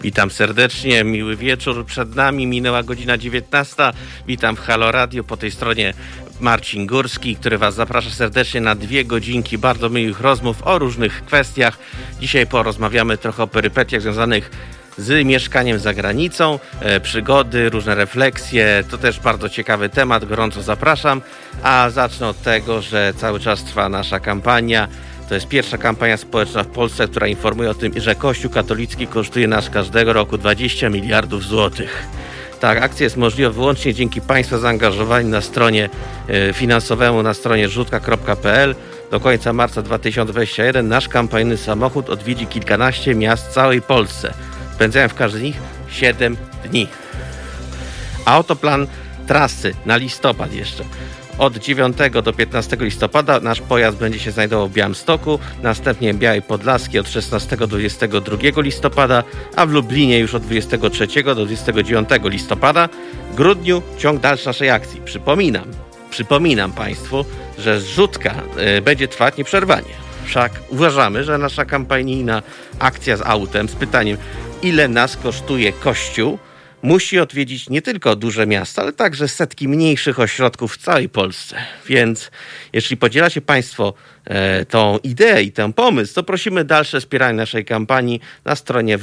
Witam serdecznie, miły wieczór przed nami, minęła godzina 19. Witam w Halo Radio, po tej stronie Marcin Górski, który Was zaprasza serdecznie na 2 godzinki bardzo miłych rozmów o różnych kwestiach. Dzisiaj porozmawiamy trochę o perypetiach związanych z mieszkaniem za granicą, przygody, różne refleksje. To też bardzo ciekawy temat, gorąco zapraszam. A zacznę od tego, że cały czas trwa nasza kampania. To jest pierwsza kampania społeczna w Polsce, która informuje o tym, że Kościół katolicki kosztuje nas każdego roku 20 miliardów złotych. Ta akcja jest możliwa wyłącznie dzięki Państwa zaangażowaniu na stronie finansowemu, na stronie zrzutka.pl. Do końca marca 2021 nasz kampanijny samochód odwiedzi kilkanaście miast w całej Polsce. Spędzają w każdym z nich 7 dni. A oto plan trasy na listopad jeszcze. Od 9 do 15 listopada nasz pojazd będzie się znajdował w Białymstoku, następnie Białej Podlaskiej od 16 do 22 listopada, a w Lublinie już od 23 do 29 listopada. W grudniu ciąg dalszy naszej akcji. Przypominam Państwu, że zrzutka będzie trwać nieprzerwanie. Wszak uważamy, że nasza kampanijna akcja z autem z pytaniem, ile nas kosztuje Kościół, musi odwiedzić nie tylko duże miasta, ale także setki mniejszych ośrodków w całej Polsce. Więc jeśli podzielacie Państwo tą ideę i ten pomysł, to prosimy dalsze wspieranie naszej kampanii na stronie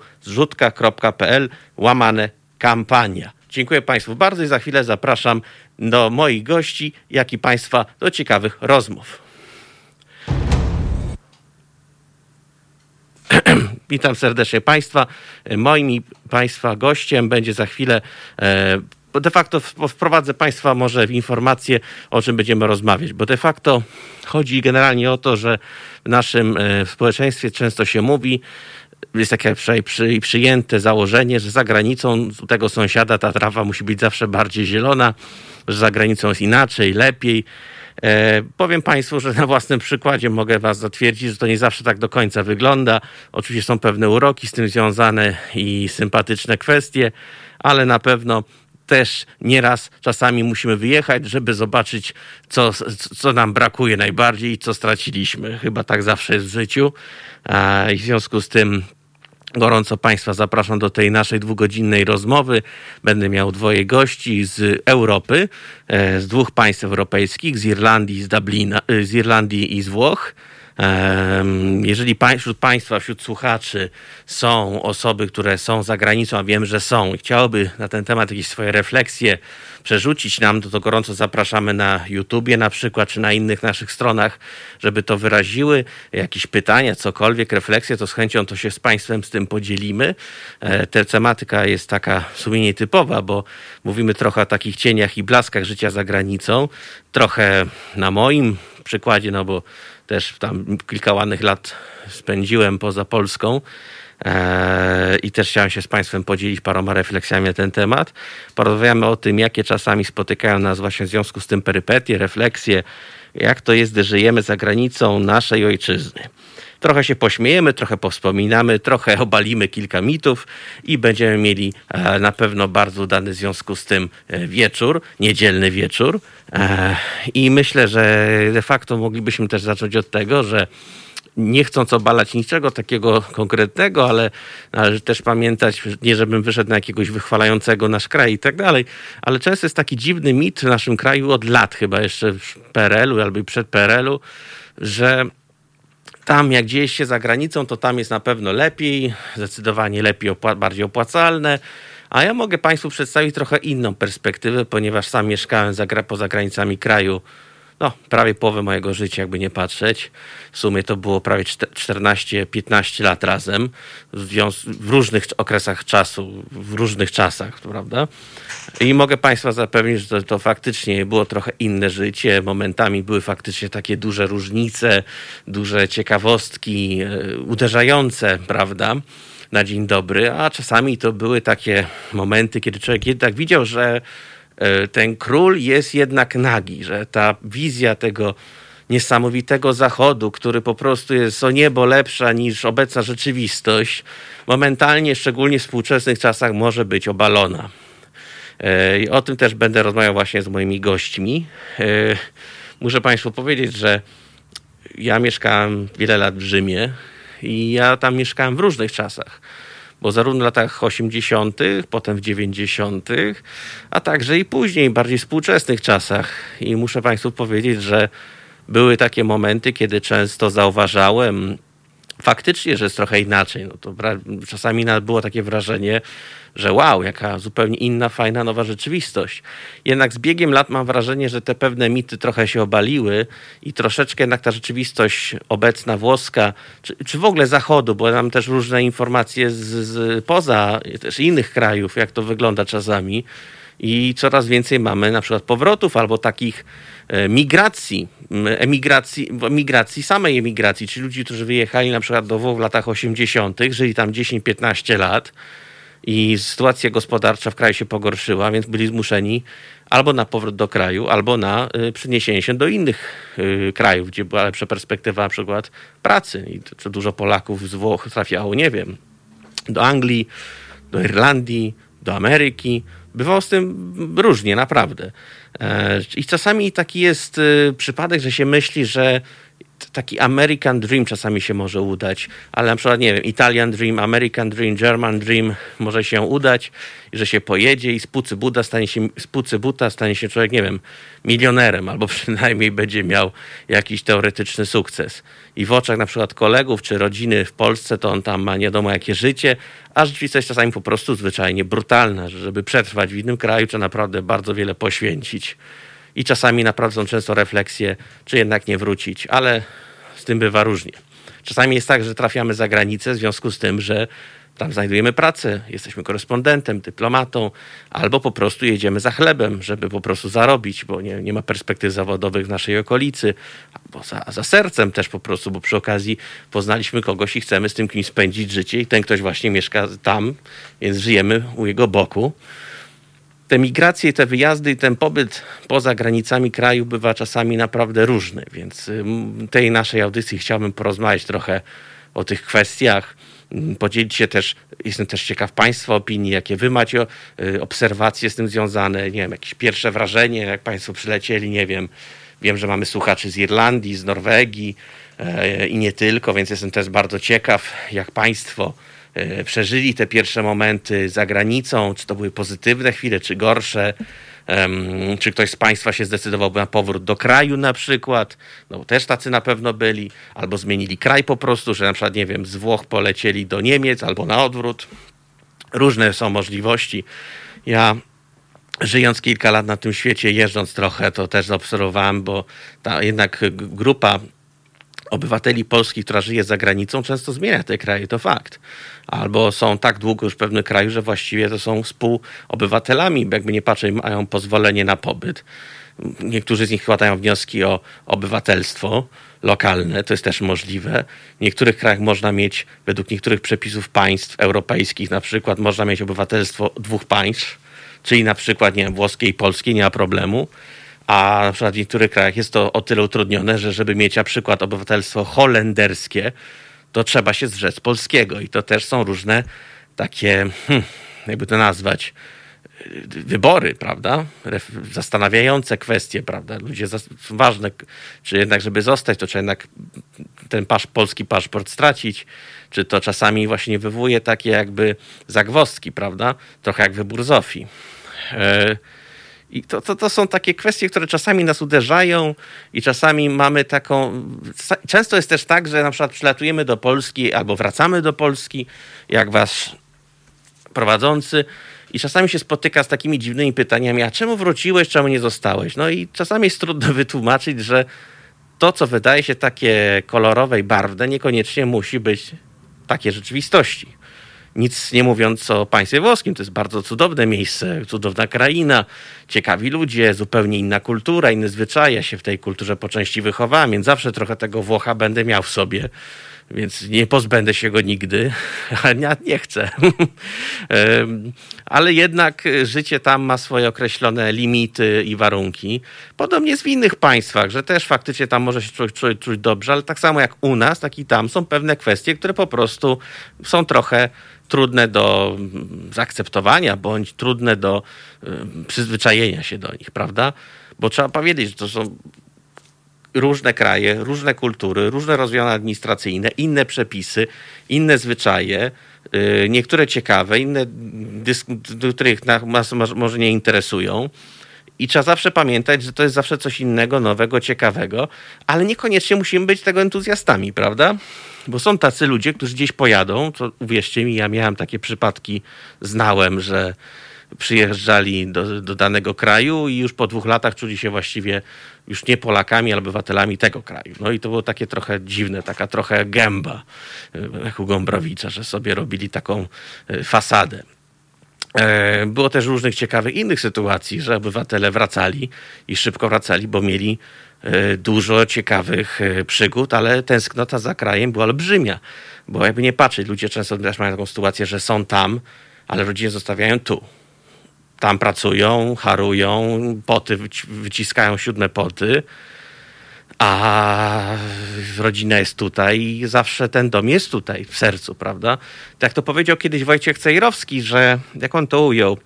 www.zrzutka.pl/kampania. Dziękuję Państwu bardzo i za chwilę zapraszam do moich gości, jak i Państwa do ciekawych rozmów. Witam serdecznie Państwa. Moim i Państwa gościem będzie za chwilę, de facto wprowadzę Państwa może w informacje, o czym będziemy rozmawiać, bo de facto chodzi generalnie o to, że w naszym społeczeństwie często się mówi, jest takie przyjęte założenie, że za granicą u tego sąsiada ta trawa musi być zawsze bardziej zielona, że za granicą jest inaczej, lepiej. Powiem Państwu, że na własnym przykładzie mogę Was zatwierdzić, że to nie zawsze tak do końca wygląda. Oczywiście są pewne uroki z tym związane i sympatyczne kwestie, ale na pewno też nieraz czasami musimy wyjechać, żeby zobaczyć, co nam brakuje najbardziej i co straciliśmy. Chyba tak zawsze jest w życiu. I w związku z tym gorąco Państwa zapraszam do tej naszej 2-godzinnej rozmowy. Będę miał 2 gości z Europy, z 2 państw europejskich, z Irlandii, z Dublina, z Irlandii i z Włoch. Jeżeli wśród Państwa, wśród słuchaczy są osoby, które są za granicą, a wiem, że są i chciałyby na ten temat jakieś swoje refleksje przerzucić nam, to gorąco zapraszamy na YouTubie na przykład, czy na innych naszych stronach, żeby to wyraziły. Jakieś pytania, cokolwiek, refleksje, to z chęcią to się z Państwem z tym podzielimy. Ta tematyka jest taka w sumie nietypowa, bo mówimy trochę o takich cieniach i blaskach życia za granicą. Trochę na moim przykładzie, no bo też tam kilka ładnych lat spędziłem poza Polską i też chciałem się z Państwem podzielić paroma refleksjami na ten temat. Porozmawiamy o tym, jakie czasami spotykają nas właśnie w związku z tym perypetie, refleksje, jak to jest, gdy żyjemy za granicą naszej ojczyzny. Trochę się pośmiejemy, trochę powspominamy, trochę obalimy kilka mitów i będziemy mieli na pewno bardzo udany w związku z tym wieczór, niedzielny wieczór. I myślę, że de facto moglibyśmy też zacząć od tego, że nie chcąc obalać niczego takiego konkretnego, ale należy też pamiętać, nie żebym wyszedł na jakiegoś wychwalającego nasz kraj i tak dalej, ale często jest taki dziwny mit w naszym kraju od lat, chyba jeszcze w PRL-u albo i przed PRL-u, że tam jak dzieje się za granicą, to tam jest na pewno lepiej, zdecydowanie lepiej, bardziej opłacalne. A ja mogę Państwu przedstawić trochę inną perspektywę, ponieważ sam mieszkałem poza granicami kraju prawie połowę mojego życia, jakby nie patrzeć. W sumie to było prawie 14-15 lat razem, w różnych okresach czasu, w różnych czasach, prawda? I mogę Państwa zapewnić, że to faktycznie było trochę inne życie. Momentami były faktycznie takie duże różnice, duże ciekawostki, uderzające, prawda? Na dzień dobry, a czasami to były takie momenty, kiedy człowiek jednak widział, że ten król jest jednak nagi, że ta wizja tego niesamowitego zachodu, który po prostu jest o niebo lepsza niż obecna rzeczywistość, momentalnie, szczególnie w współczesnych czasach, może być obalona. I o tym też będę rozmawiał właśnie z moimi gośćmi. Muszę Państwu powiedzieć, że ja mieszkałem wiele lat w Rzymie i ja tam mieszkałem w różnych czasach. bo zarówno w latach 80., potem w 90., a także i później, bardziej współczesnych czasach. I muszę Państwu powiedzieć, że były takie momenty, kiedy często zauważałem faktycznie, że jest trochę inaczej. No to czasami nawet było takie wrażenie, że wow, jaka zupełnie inna, fajna, nowa rzeczywistość. Jednak z biegiem lat mam wrażenie, że te pewne mity trochę się obaliły i troszeczkę jednak ta rzeczywistość obecna włoska, czy w ogóle Zachodu, bo mam też różne informacje z poza też innych krajów, jak to wygląda czasami. I coraz więcej mamy na przykład powrotów albo takich samej emigracji, czyli ludzi, którzy wyjechali na przykład do Włoch w latach 80., żyli tam 10-15 lat i sytuacja gospodarcza w kraju się pogorszyła, więc byli zmuszeni albo na powrót do kraju, albo na przeniesienie się do innych krajów, gdzie była lepsza perspektywa na przykład pracy. I to dużo Polaków z Włoch trafiało, nie wiem, do Anglii, do Irlandii, do Ameryki. Bywało z tym różnie, naprawdę. I czasami taki jest przypadek, że się myśli, że taki American Dream czasami się może udać, ale na przykład, nie wiem, Italian Dream, American Dream, German Dream może się udać, że się pojedzie i z pucy buta stanie się człowiek, nie wiem, milionerem, albo przynajmniej będzie miał jakiś teoretyczny sukces. I w oczach na przykład kolegów czy rodziny w Polsce to on tam ma nie wiadomo jakie życie, a rzeczywistość czasami po prostu zwyczajnie brutalna, że żeby przetrwać w innym kraju trzeba naprawdę bardzo wiele poświęcić. I czasami naprawdę są często refleksje, czy jednak nie wrócić, ale z tym bywa różnie. Czasami jest tak, że trafiamy za granicę w związku z tym, że tam znajdujemy pracę, jesteśmy korespondentem, dyplomatą, albo po prostu jedziemy za chlebem, żeby po prostu zarobić, bo nie ma perspektyw zawodowych w naszej okolicy, albo za sercem też po prostu, bo przy okazji poznaliśmy kogoś i chcemy z tym kimś spędzić życie i ten ktoś właśnie mieszka tam, więc żyjemy u jego boku. Te migracje, te wyjazdy i ten pobyt poza granicami kraju bywa czasami naprawdę różny, więc w tej naszej audycji chciałbym porozmawiać trochę o tych kwestiach, podzielić się też, jestem też ciekaw Państwa opinii, jakie Wy macie obserwacje z tym związane, nie wiem, jakieś pierwsze wrażenie, jak Państwo przylecieli, nie wiem, wiem, że mamy słuchaczy z Irlandii, z Norwegii i nie tylko, więc jestem też bardzo ciekaw, jak Państwo przeżyli te pierwsze momenty za granicą, czy to były pozytywne chwile, czy gorsze, czy ktoś z Państwa się zdecydowałby na powrót do kraju na przykład, no też tacy na pewno byli, albo zmienili kraj po prostu, że na przykład, nie wiem, z Włoch polecieli do Niemiec, albo na odwrót. Różne są możliwości. Ja żyjąc kilka lat na tym świecie, jeżdżąc trochę, to też zaobserwowałem, bo ta jednak grupa obywateli polskich, która żyje za granicą, często zmienia te kraje, to fakt. Albo są tak długo już w pewnym kraju, że właściwie to są współobywatelami, jakby nie patrzeć, mają pozwolenie na pobyt. Niektórzy z nich składają wnioski o obywatelstwo lokalne, to jest też możliwe. W niektórych krajach można mieć, według niektórych przepisów państw europejskich, na przykład można mieć obywatelstwo dwóch państw, czyli na przykład, nie wiem, włoskie i polskie, nie ma problemu. A na przykład w niektórych krajach jest to o tyle utrudnione, że żeby mieć na przykład obywatelstwo holenderskie, to trzeba się zrzec polskiego. I to też są różne takie, jakby to nazwać, wybory, prawda? Zastanawiające kwestie, prawda? Ludzie ważne, czy jednak, żeby zostać, to trzeba jednak ten polski paszport stracić, czy to czasami właśnie wywołuje takie jakby zagwozdki, prawda? Trochę jak wybór Zofii. I to są takie kwestie, które czasami nas uderzają i czasami mamy taką... Często jest też tak, że na przykład przylatujemy do Polski albo wracamy do Polski, jak wasz prowadzący, i czasami się spotyka z takimi dziwnymi pytaniami, a czemu wróciłeś, czemu nie zostałeś? No i czasami jest trudno wytłumaczyć, że to, co wydaje się takie kolorowe i barwne, niekoniecznie musi być takie rzeczywistości. Nic nie mówiąc o państwie włoskim, to jest bardzo cudowne miejsce, cudowna kraina, ciekawi ludzie, zupełnie inna kultura, inne zwyczaje. Ja się w tej kulturze po części wychowałem, więc zawsze trochę tego Włocha będę miał w sobie, więc nie pozbędę się go nigdy, a nie chcę. Ale jednak życie tam ma swoje określone limity i warunki. Podobnie jest w innych państwach, że też faktycznie tam może się człowiek czuć dobrze, ale tak samo jak u nas, tak i tam są pewne kwestie, które po prostu są trochę trudne do zaakceptowania, bądź trudne do przyzwyczajenia się do nich, prawda? Bo trzeba powiedzieć, że to są różne kraje, różne kultury, różne rozwiązania administracyjne, inne przepisy, inne zwyczaje, niektóre ciekawe, inne, których nas może nie interesują. I trzeba zawsze pamiętać, że to jest zawsze coś innego, nowego, ciekawego, ale niekoniecznie musimy być tego entuzjastami, prawda? Bo są tacy ludzie, którzy gdzieś pojadą, to uwierzcie mi, ja miałem takie przypadki, znałem, że przyjeżdżali do danego kraju i już po 2 latach czuli się właściwie już nie Polakami, ale obywatelami tego kraju. No i to było takie trochę dziwne, taka trochę gęba jak u Gombrowicza, że sobie robili taką fasadę. Było też różnych ciekawych innych sytuacji, że obywatele wracali i szybko wracali, bo mieli dużo ciekawych przygód, ale tęsknota za krajem była olbrzymia, bo jakby nie patrzeć, ludzie często też mają taką sytuację, że są tam, ale rodziny zostawiają tu. Tam pracują, harują, poty wyciskają 7 poty, a rodzina jest tutaj i zawsze ten dom jest tutaj, w sercu, prawda? Tak jak to powiedział kiedyś Wojciech Cejrowski, że, jak on to ujął,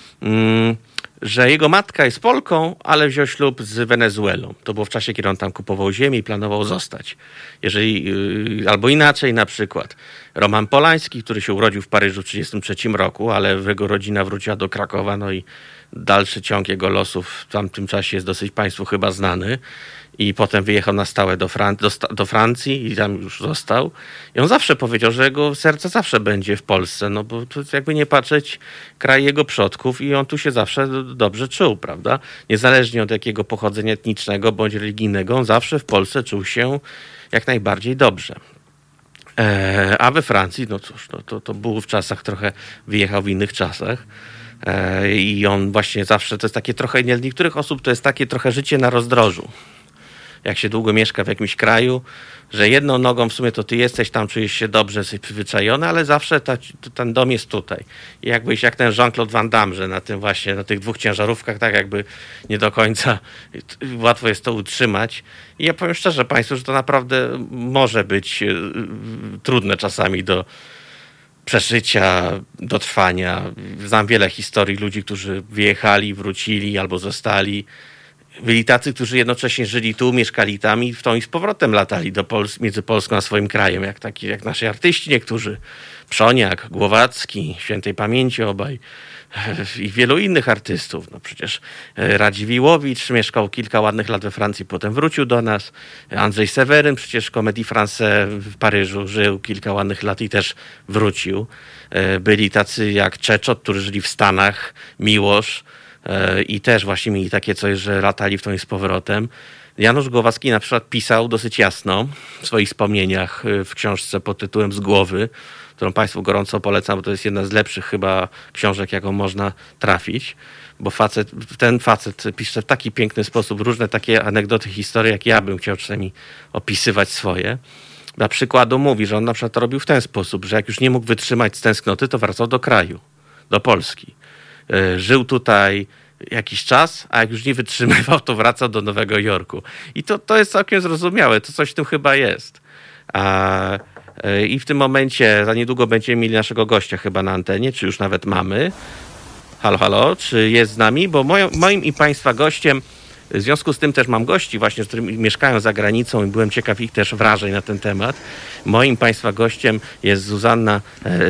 że jego matka jest Polką, ale wziął ślub z Wenezuelą. To było w czasie, kiedy on tam kupował ziemię i planował zostać. Jeżeli, albo inaczej na przykład. Roman Polański, który się urodził w Paryżu w 1933 roku, ale jego rodzina wróciła do Krakowa, no i dalszy ciąg jego losów w tamtym czasie jest dosyć państwu chyba znany. I potem wyjechał na stałe do Francji i tam już został. I on zawsze powiedział, że jego serce zawsze będzie w Polsce, no bo to jakby nie patrzeć, kraj jego przodków i on tu się zawsze dobrze czuł, prawda? Niezależnie od jakiego pochodzenia etnicznego bądź religijnego, on zawsze w Polsce czuł się jak najbardziej dobrze. A we Francji, no cóż, no to był w czasach trochę, wyjechał w innych czasach. I on właśnie zawsze, to jest takie trochę, dla niektórych osób to jest takie trochę życie na rozdrożu. Jak się długo mieszka w jakimś kraju, że jedną nogą w sumie to ty jesteś, tam czujesz się dobrze, jesteś przyzwyczajony, ale zawsze ten dom jest tutaj. I jakbyś jak ten Jean-Claude Van Damme, że na tym właśnie, na tych 2 ciężarówkach, tak jakby nie do końca łatwo jest to utrzymać. I ja powiem szczerze Państwu, że to naprawdę może być trudne czasami do przeżycia, do trwania. Znam wiele historii ludzi, którzy wyjechali, wrócili albo zostali. Byli tacy, którzy jednocześnie żyli tu, mieszkali tam i z powrotem latali między Polską a swoim krajem, jak nasi artyści niektórzy. Przoniak, Głowacki, świętej pamięci obaj i wielu innych artystów. No przecież Radziwiłłowicz mieszkał kilka ładnych lat we Francji, potem wrócił do nas. Andrzej Seweryn przecież w Comédie Française w Paryżu żył kilka ładnych lat i też wrócił. Byli tacy jak Czeczot, którzy żyli w Stanach, Miłosz, i też właśnie mieli takie coś, że latali w tą i z powrotem. Janusz Głowacki na przykład pisał dosyć jasno w swoich wspomnieniach w książce pod tytułem Z głowy, którą Państwu gorąco polecam, bo to jest jedna z lepszych chyba książek, jaką można trafić, bo ten facet pisze w taki piękny sposób różne takie anegdoty, historie, jak ja bym chciał czasami opisywać swoje. Dla przykładu mówi, że on na przykład to robił w ten sposób, że jak już nie mógł wytrzymać z tęsknoty, to wracał do kraju, do Polski. Żył tutaj jakiś czas, a jak już nie wytrzymywał, to wracał do Nowego Jorku. I to jest całkiem zrozumiałe, to coś w tym chyba jest. I w tym momencie, za niedługo będziemy mieli naszego gościa chyba na antenie, czy już nawet mamy. Halo, halo, czy jest z nami? Bo moim i Państwa gościem, w związku z tym też mam gości właśnie, z którymi mieszkają za granicą i byłem ciekaw ich też wrażeń na ten temat. Moim Państwa gościem jest Zuzanna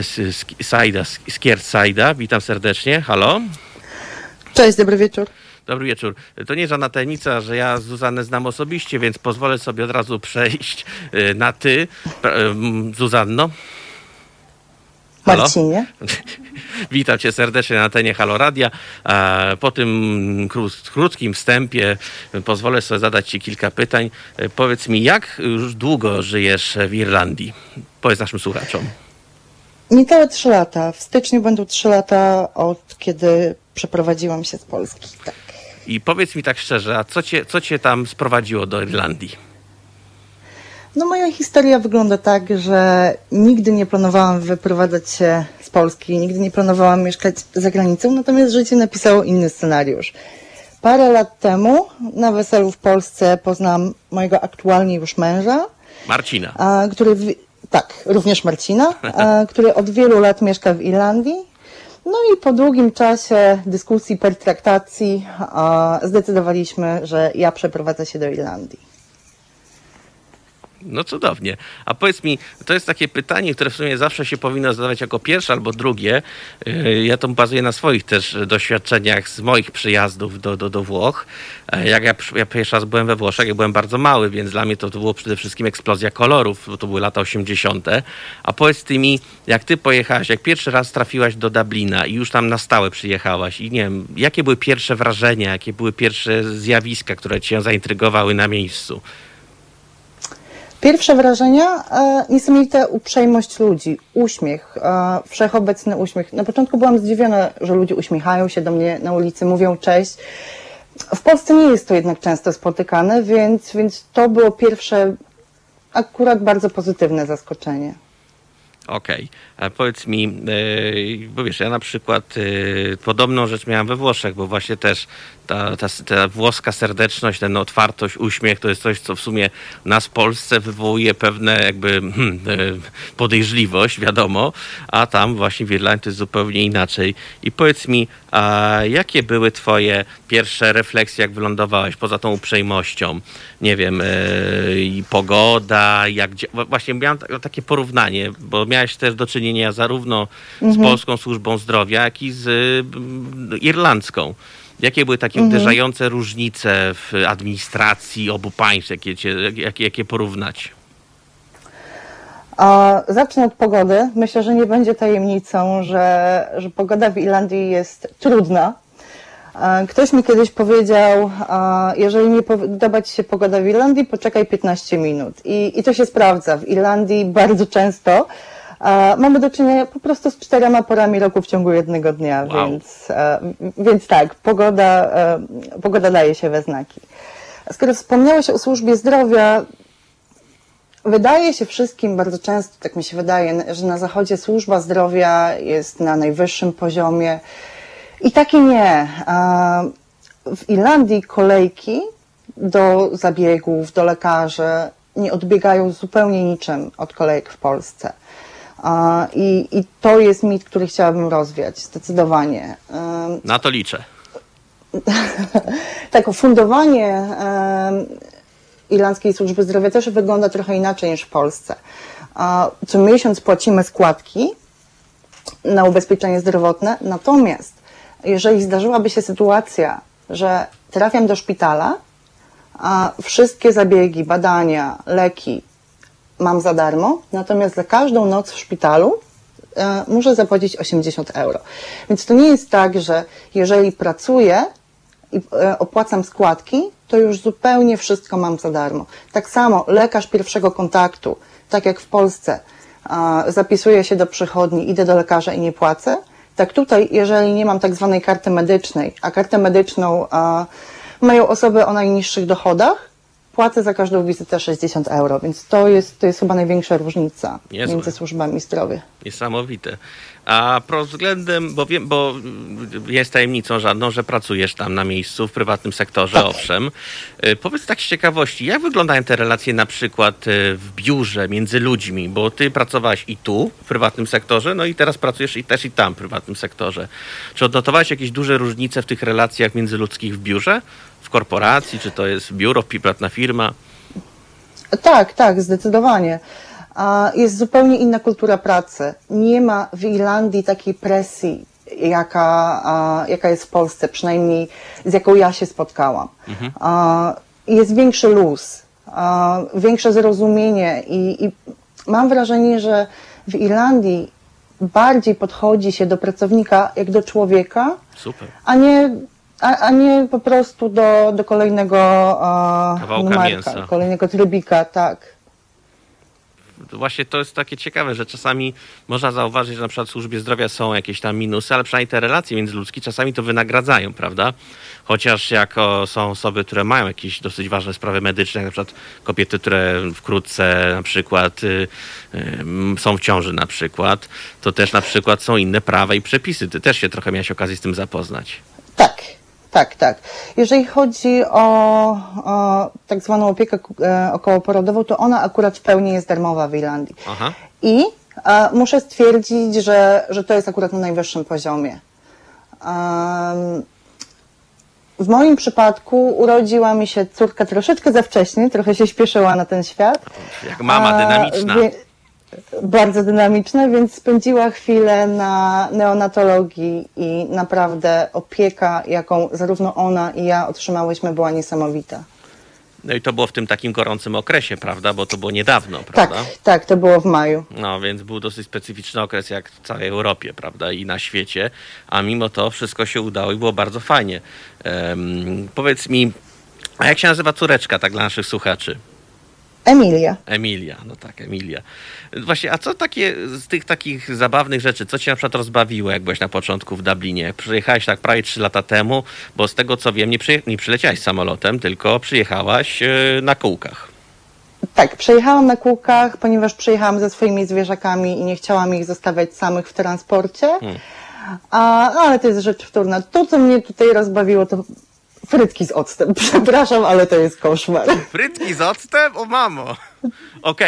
Skierc-Sajda. Witam serdecznie. Halo. Cześć, dobry wieczór. Dobry wieczór. To nie żadna tajemnica, że ja Zuzannę znam osobiście, więc pozwolę sobie od razu przejść na ty. Zuzanno. Halo? Marcinie. Witam cię serdecznie na antenie Halo Radia. Po tym krótkim wstępie pozwolę sobie zadać ci kilka pytań. Powiedz mi, jak już długo żyjesz w Irlandii? Powiedz naszym słuchaczom. Niecałe 3 lata. W styczniu będą 3 lata od kiedy przeprowadziłam się z Polski. Tak. I powiedz mi tak szczerze, a co cię tam sprowadziło do Irlandii? No moja historia wygląda tak, że nigdy nie planowałam wyprowadzać się z Polski, nigdy nie planowałam mieszkać za granicą, natomiast życie napisało inny scenariusz. Parę lat temu na weselu w Polsce poznałam mojego aktualnie już męża. Marcina. Tak, również Marcina, który od wielu lat mieszka w Irlandii. No i po długim czasie dyskusji, pertraktacji zdecydowaliśmy, że ja przeprowadzę się do Irlandii. No cudownie. A powiedz mi, to jest takie pytanie, które w sumie zawsze się powinno zadawać jako pierwsze albo drugie. Ja to bazuję na swoich też doświadczeniach z moich przyjazdów do Włoch. Ja pierwszy raz byłem we Włoszech, ja byłem bardzo mały, więc dla mnie to było przede wszystkim eksplozja kolorów, bo to były lata 80. A powiedz ty mi, jak ty pojechałaś, jak pierwszy raz trafiłaś do Dublina i już tam na stałe przyjechałaś i nie wiem, jakie były pierwsze wrażenia, jakie były pierwsze zjawiska, które cię zaintrygowały na miejscu? Pierwsze wrażenia, niesamowita uprzejmość ludzi, uśmiech, wszechobecny uśmiech. Na początku byłam zdziwiona, że ludzie uśmiechają się do mnie na ulicy, mówią cześć. W Polsce nie jest to jednak często spotykane, więc to było pierwsze akurat bardzo pozytywne zaskoczenie. Okej. A powiedz mi, bo wiesz, ja na przykład podobną rzecz miałem we Włoszech, bo właśnie też ta włoska serdeczność, ten otwartość, uśmiech to jest coś, co w sumie nas w Polsce wywołuje pewne jakby podejrzliwość, wiadomo, a tam właśnie w Irlandii to jest zupełnie inaczej. I powiedz mi, a jakie były twoje pierwsze refleksje, jak wylądowałeś, poza tą uprzejmością? Nie wiem, i pogoda, właśnie miałem takie porównanie, bo miałeś też do czynienia zarówno z Polską Służbą Zdrowia, jak i z irlandzką. Jakie były takie uderzające różnice w administracji obu państw, jakie porównać? Zacznę od pogody. Myślę, że nie będzie tajemnicą, że pogoda w Irlandii jest trudna. Ktoś mi kiedyś powiedział, jeżeli nie podoba ci się pogoda w Irlandii, poczekaj 15 minut. I to się sprawdza. W Irlandii bardzo często mamy do czynienia po prostu z 4 porami roku w ciągu jednego dnia, wow. Więc tak, pogoda daje się we znaki. Skoro wspomniałeś o służbie zdrowia, wydaje się wszystkim bardzo często, tak mi się wydaje, że na Zachodzie służba zdrowia jest na najwyższym poziomie. I tak i nie. W Irlandii kolejki do zabiegów, do lekarzy nie odbiegają zupełnie niczym od kolejek w Polsce. I to jest mit, który chciałabym rozwiać, zdecydowanie. Na to liczę. Tak, fundowanie irlandzkiej służby zdrowia też wygląda trochę inaczej niż w Polsce. Co miesiąc płacimy składki na ubezpieczenie zdrowotne, natomiast jeżeli zdarzyłaby się sytuacja, że trafiam do szpitala, a wszystkie zabiegi, badania, leki mam za darmo, natomiast za każdą noc w szpitalu muszę zapłacić 80 euro. Więc to nie jest tak, że jeżeli pracuję i opłacam składki, to już zupełnie wszystko mam za darmo. Tak samo lekarz pierwszego kontaktu, tak jak w Polsce, zapisuję się do przychodni, idę do lekarza i nie płacę, tak tutaj, jeżeli nie mam tak zwanej karty medycznej, a kartę medyczną mają osoby o najniższych dochodach, płacę za każdą wizytę 60 euro, więc to jest chyba największa różnica między służbami zdrowia. Niesamowite. A pod względem, bo jest tajemnicą żadną, że pracujesz tam na miejscu, w prywatnym sektorze, tak. Owszem. Powiedz tak z ciekawości, jak wyglądają te relacje na przykład w biurze, między ludźmi, bo ty pracowałaś i tu, w prywatnym sektorze, no i teraz pracujesz i tam, w prywatnym sektorze. Czy odnotowałeś jakieś duże różnice w tych relacjach międzyludzkich w biurze, w korporacji, czy to jest biuro, prywatna firma? Tak, zdecydowanie. Jest zupełnie inna kultura pracy. Nie ma w Irlandii takiej presji, jaka jest w Polsce, przynajmniej z jaką ja się spotkałam. Jest większy luz, większe zrozumienie i mam wrażenie, że w Irlandii bardziej podchodzi się do pracownika jak do człowieka, super. A nie po prostu do kolejnego numerka, mięsa. Kolejnego trybika, tak. Właśnie to jest takie ciekawe, że czasami można zauważyć, że na przykład w służbie zdrowia są jakieś tam minusy, ale przynajmniej te relacje międzyludzkie czasami to wynagradzają, prawda? Chociaż jako są osoby, które mają jakieś dosyć ważne sprawy medyczne, jak na przykład kobiety, które wkrótce na przykład są w ciąży na przykład, to też na przykład są inne prawa i przepisy. Ty też się trochę miałeś okazję z tym zapoznać. Tak. Jeżeli chodzi o tak zwaną opiekę okołoporodową, to ona akurat w pełni jest darmowa w Irlandii. Aha. I muszę stwierdzić, że to jest akurat na najwyższym poziomie. w moim przypadku urodziła mi się córka troszeczkę za wcześnie, trochę się śpieszyła na ten świat. Jak mama dynamiczna. Bardzo dynamiczna, więc spędziła chwilę na neonatologii i naprawdę opieka, jaką zarówno ona i ja otrzymałyśmy, była niesamowita. No i to było w tym takim gorącym okresie, prawda? Bo to było niedawno, prawda? Tak, to było w maju. No, więc był dosyć specyficzny okres jak w całej Europie, prawda? I na świecie, a mimo to wszystko się udało i było bardzo fajnie. Powiedz mi, a jak się nazywa córeczka, tak dla naszych słuchaczy? Emilia. No tak, Emilia. Właśnie, a co takie z tych takich zabawnych rzeczy, co cię na przykład rozbawiło, jak byłeś na początku w Dublinie? Jak przyjechałeś tak prawie 3 lata temu, bo z tego co wiem, nie przyleciałaś samolotem, tylko przyjechałaś na kółkach. Tak, przejechałam na kółkach, ponieważ przyjechałam ze swoimi zwierzakami i nie chciałam ich zostawiać samych w transporcie. Ale to jest rzecz wtórna. To, co mnie tutaj rozbawiło, to frytki z octem. Przepraszam, ale to jest koszmar. Frytki z octem? O mamo! Okej.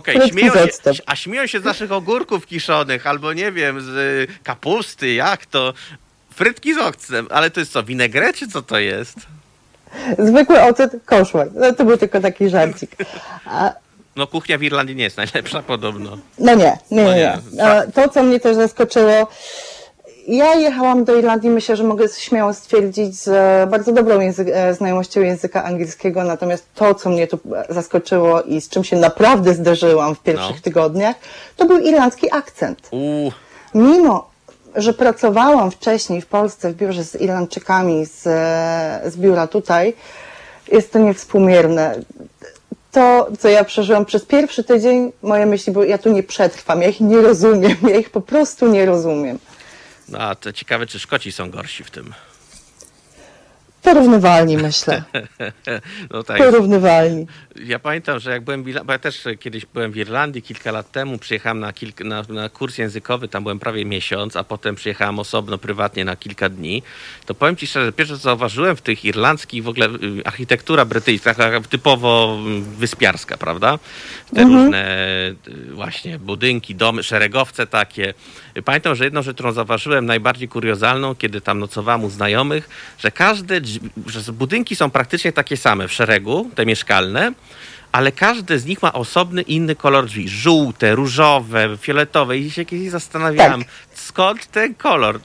Śmieją się z naszych ogórków kiszonych, albo nie wiem, z kapusty, jak to? Frytki z octem, ale to jest co, winegret, czy co to jest? Zwykły ocet, koszmar. No, to był tylko taki żarcik. No kuchnia w Irlandii nie jest najlepsza podobno. No nie. To, co mnie też zaskoczyło, ja jechałam do Irlandii, myślę, że mogę śmiało stwierdzić, z bardzo dobrą znajomością języka angielskiego, natomiast to, co mnie tu zaskoczyło i z czym się naprawdę zderzyłam w pierwszych tygodniach, to był irlandzki akcent. Mimo że pracowałam wcześniej w Polsce w biurze z Irlandczykami z biura tutaj, jest to niewspółmierne. To, co ja przeżyłam przez pierwszy tydzień, moje myśli były, ja tu nie przetrwam, ja ich nie rozumiem, ja ich po prostu nie rozumiem. No a to ciekawe, czy Szkoci są gorsi w tym. Porównywalni, myślę. No tak. Porównywalni. Ja pamiętam, że jak byłem w Irlandii, bo ja też kiedyś byłem w Irlandii kilka lat temu, przyjechałem na kurs językowy, tam byłem prawie miesiąc, a potem przyjechałem osobno, prywatnie na kilka dni. To powiem ci szczerze, pierwsze co zauważyłem w tych irlandzkich, w ogóle architektura brytyjska, typowo wyspiarska, prawda? Te różne właśnie budynki, domy, szeregowce takie. Pamiętam, że jedną rzecz, którą zauważyłem, najbardziej kuriozalną, kiedy tam nocowałem u znajomych, że budynki są praktycznie takie same w szeregu, te mieszkalne, ale każdy z nich ma osobny, inny kolor drzwi. Żółte, różowe, fioletowe. I się kiedyś zastanawiałem, skąd ten kolor?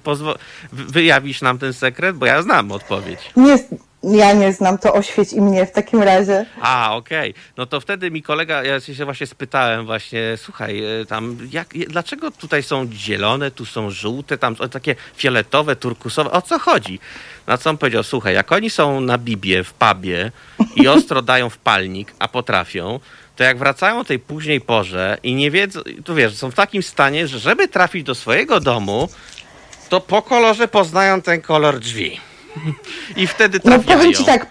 Wyjawisz nam ten sekret? Bo ja znam odpowiedź. Ja nie znam, to oświeć i mnie w takim razie. Okej. No to wtedy mi kolega, ja się właśnie spytałem słuchaj, tam dlaczego tutaj są zielone, tu są żółte, tam są takie fioletowe, turkusowe, o co chodzi? Na co on powiedział, słuchaj, jak oni są na bibie, w pubie i ostro dają w palnik, a potrafią, to jak wracają o tej późnej porze i nie wiedzą, to wiesz, są w takim stanie, że żeby trafić do swojego domu, to po kolorze poznają ten kolor drzwi. I wtedy trafiają. No powiem ci tak,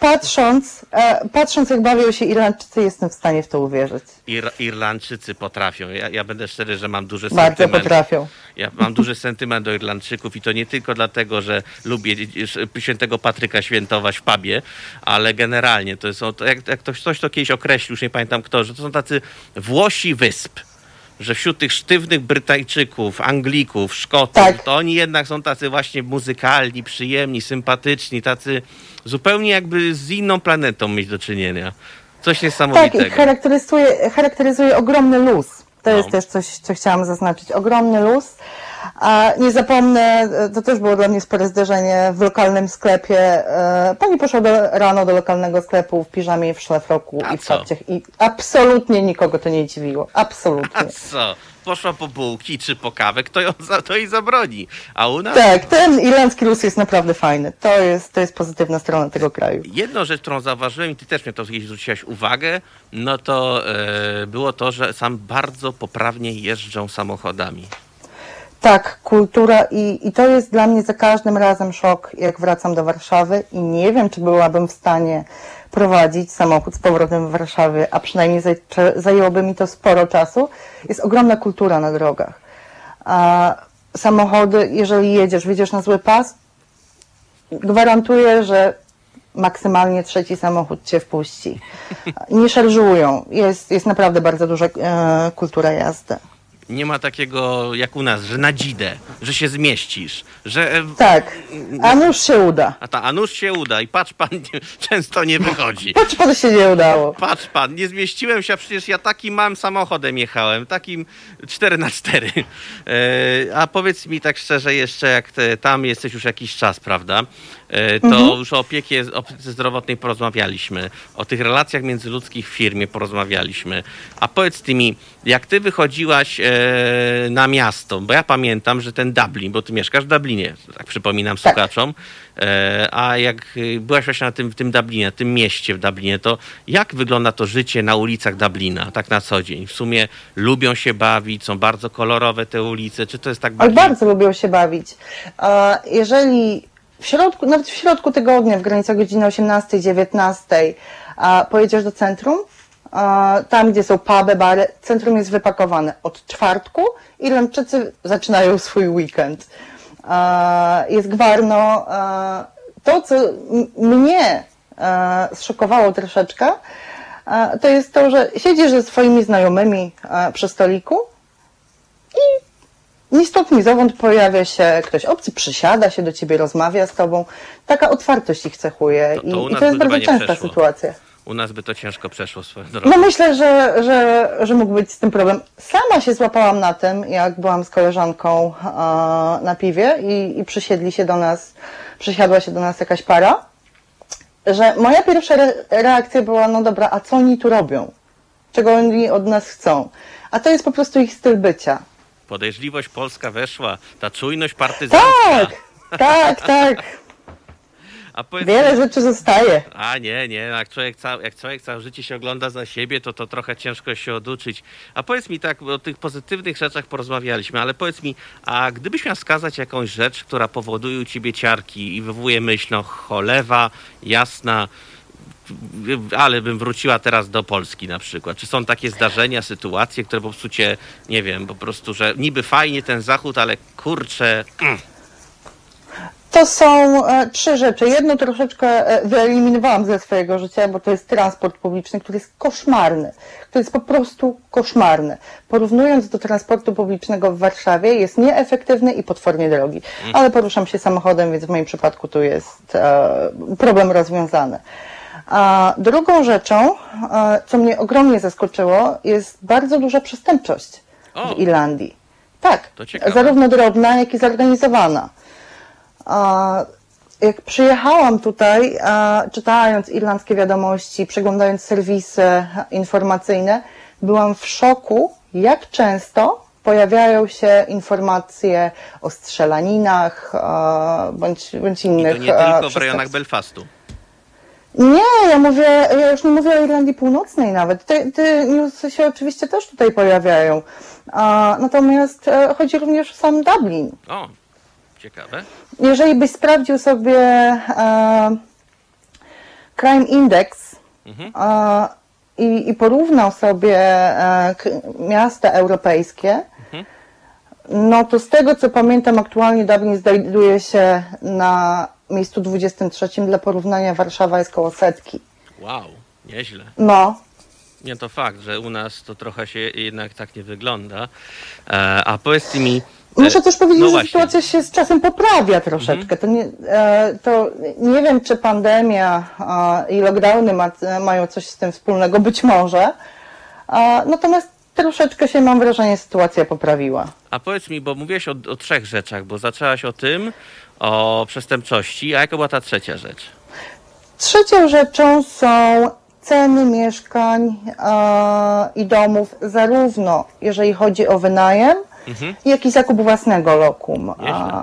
patrząc jak bawią się Irlandczycy, jestem w stanie w to uwierzyć. Irlandczycy potrafią. Ja będę szczery, że mam duży sentyment. Bardzo potrafią. Ja mam duży sentyment do Irlandczyków i to nie tylko dlatego, że lubię świętego Patryka świętować w pubie, ale generalnie to są, jak ktoś to kiedyś określił, już nie pamiętam kto, że to są tacy Włosi wysp. Że wśród tych sztywnych Brytyjczyków, Anglików, Szkotów, to oni jednak są tacy właśnie muzykalni, przyjemni, sympatyczni, tacy zupełnie jakby z inną planetą mieć do czynienia. Coś niesamowitego. Tak, i charakteryzuje ogromny luz. To jest też coś, co chciałam zaznaczyć. Ogromny luz. A nie zapomnę, to też było dla mnie spore zderzenie w lokalnym sklepie. Pani poszła rano do lokalnego sklepu w piżamie i w szlafroku i w kapciach i absolutnie nikogo to nie dziwiło. Absolutnie. A co? Poszła po bułki czy po kawę, to jej zabroni. A u nas? Tak, ten irlandzki luz jest naprawdę fajny. To jest pozytywna strona tego kraju. Jedną rzecz, którą zauważyłem i ty też mnie to zwróciłaś uwagę, no to było to, że sam bardzo poprawnie jeżdżą samochodami. Tak, kultura i to jest dla mnie za każdym razem szok, jak wracam do Warszawy i nie wiem, czy byłabym w stanie prowadzić samochód z powrotem w Warszawie, a przynajmniej zajęłoby mi to sporo czasu. Jest ogromna kultura na drogach. A samochody, jeżeli jedziesz na zły pas, gwarantuję, że maksymalnie trzeci samochód cię wpuści. Nie szarżują. Jest naprawdę bardzo duża kultura jazdy. Nie ma takiego jak u nas, że na dzidę, że się zmieścisz, że... Tak, a nuż się uda. A nuż się uda i patrz pan, często nie wychodzi. Patrz pan, się nie udało. Patrz pan, nie zmieściłem się, a przecież ja takim małym samochodem jechałem, takim 4x4. A powiedz mi tak szczerze jeszcze, jak tam jesteś już jakiś czas, prawda? To już o opiece zdrowotnej porozmawialiśmy, o tych relacjach międzyludzkich w firmie porozmawialiśmy. A powiedz mi, jak ty wychodziłaś na miasto, bo ja pamiętam, że ten Dublin, bo ty mieszkasz w Dublinie, tak przypominam słuchaczom, a jak byłaś właśnie na tym Dublinie, tym mieście w Dublinie, to jak wygląda to życie na ulicach Dublina, tak na co dzień? W sumie lubią się bawić, są bardzo kolorowe te ulice, czy to jest tak bardziej... Ale bardzo lubią się bawić. Jeżeli nawet w środku tygodnia, w granicach godziny 18-19 pojedziesz do centrum, tam gdzie są puby, bary, centrum jest wypakowane od czwartku, Irlandczycy zaczynają swój weekend. Jest gwarno. To, co mnie zszokowało troszeczkę, to jest to, że siedzisz ze swoimi znajomymi przy stoliku i ni stąd, ni zowąd pojawia się ktoś obcy, przysiada się do ciebie, rozmawia z tobą. Taka otwartość ich cechuje i to jest bardzo częsta sytuacja. U nas by to ciężko przeszło swoją drogą. No myślę, że mógł być z tym problem. Sama się złapałam na tym, jak byłam z koleżanką na piwie i przysiadła się do nas jakaś para, że moja pierwsza reakcja była, no dobra, a co oni tu robią? Czego oni od nas chcą? A to jest po prostu ich styl bycia. Podejrzliwość polska weszła, ta czujność partyzancka. Tak. A powiedz, wiele rzeczy zostaje. A nie, jak człowiek całe życie się ogląda za siebie, to trochę ciężko się oduczyć. A powiedz mi tak, o tych pozytywnych rzeczach porozmawialiśmy, ale powiedz mi, a gdybyś miał wskazać jakąś rzecz, która powoduje u ciebie ciarki i wywołuje myśl, no cholewa, jasna, ale bym wróciła teraz do Polski na przykład. Czy są takie zdarzenia, sytuacje, które po prostu cię, nie wiem, po prostu, że niby fajnie ten Zachód, ale kurczę... To są trzy rzeczy. Jedną troszeczkę wyeliminowałam ze swojego życia, bo to jest transport publiczny, który jest koszmarny. Który jest po prostu koszmarny. Porównując do transportu publicznego w Warszawie, jest nieefektywny i potwornie drogi. Ale poruszam się samochodem, więc w moim przypadku tu jest problem rozwiązany. A drugą rzeczą, co mnie ogromnie zaskoczyło, jest bardzo duża przestępczość w Irlandii. Tak, zarówno drobna, jak i zorganizowana. Jak przyjechałam tutaj, czytając irlandzkie wiadomości, przeglądając serwisy informacyjne, byłam w szoku, jak często pojawiają się informacje o strzelaninach bądź innych. I to nie tylko w rejonach Belfastu. Nie, ja już nie mówię o Irlandii Północnej nawet. Te newsy się oczywiście też tutaj pojawiają. Natomiast chodzi również o sam Dublin. O, ciekawe. Jeżeli byś sprawdził sobie Crime Index i porównał sobie miasta europejskie, no to z tego co pamiętam aktualnie Dublin znajduje się na miejscu 23. Dla porównania Warszawa jest koło 100. Wow, nieźle. No. Nie, to fakt, że u nas to trochę się jednak tak nie wygląda. A powiedz mi... Muszę też powiedzieć, że sytuacja się z czasem poprawia troszeczkę. To nie wiem, czy pandemia i lockdowny mają coś z tym wspólnego, być może. Natomiast troszeczkę się, mam wrażenie, sytuacja poprawiła. A powiedz mi, bo mówiłeś o trzech rzeczach, bo zaczęłaś o przestępczości, a jaka była ta trzecia rzecz? Trzecią rzeczą są ceny mieszkań i domów, zarówno jeżeli chodzi o wynajem, jak i zakup własnego lokum.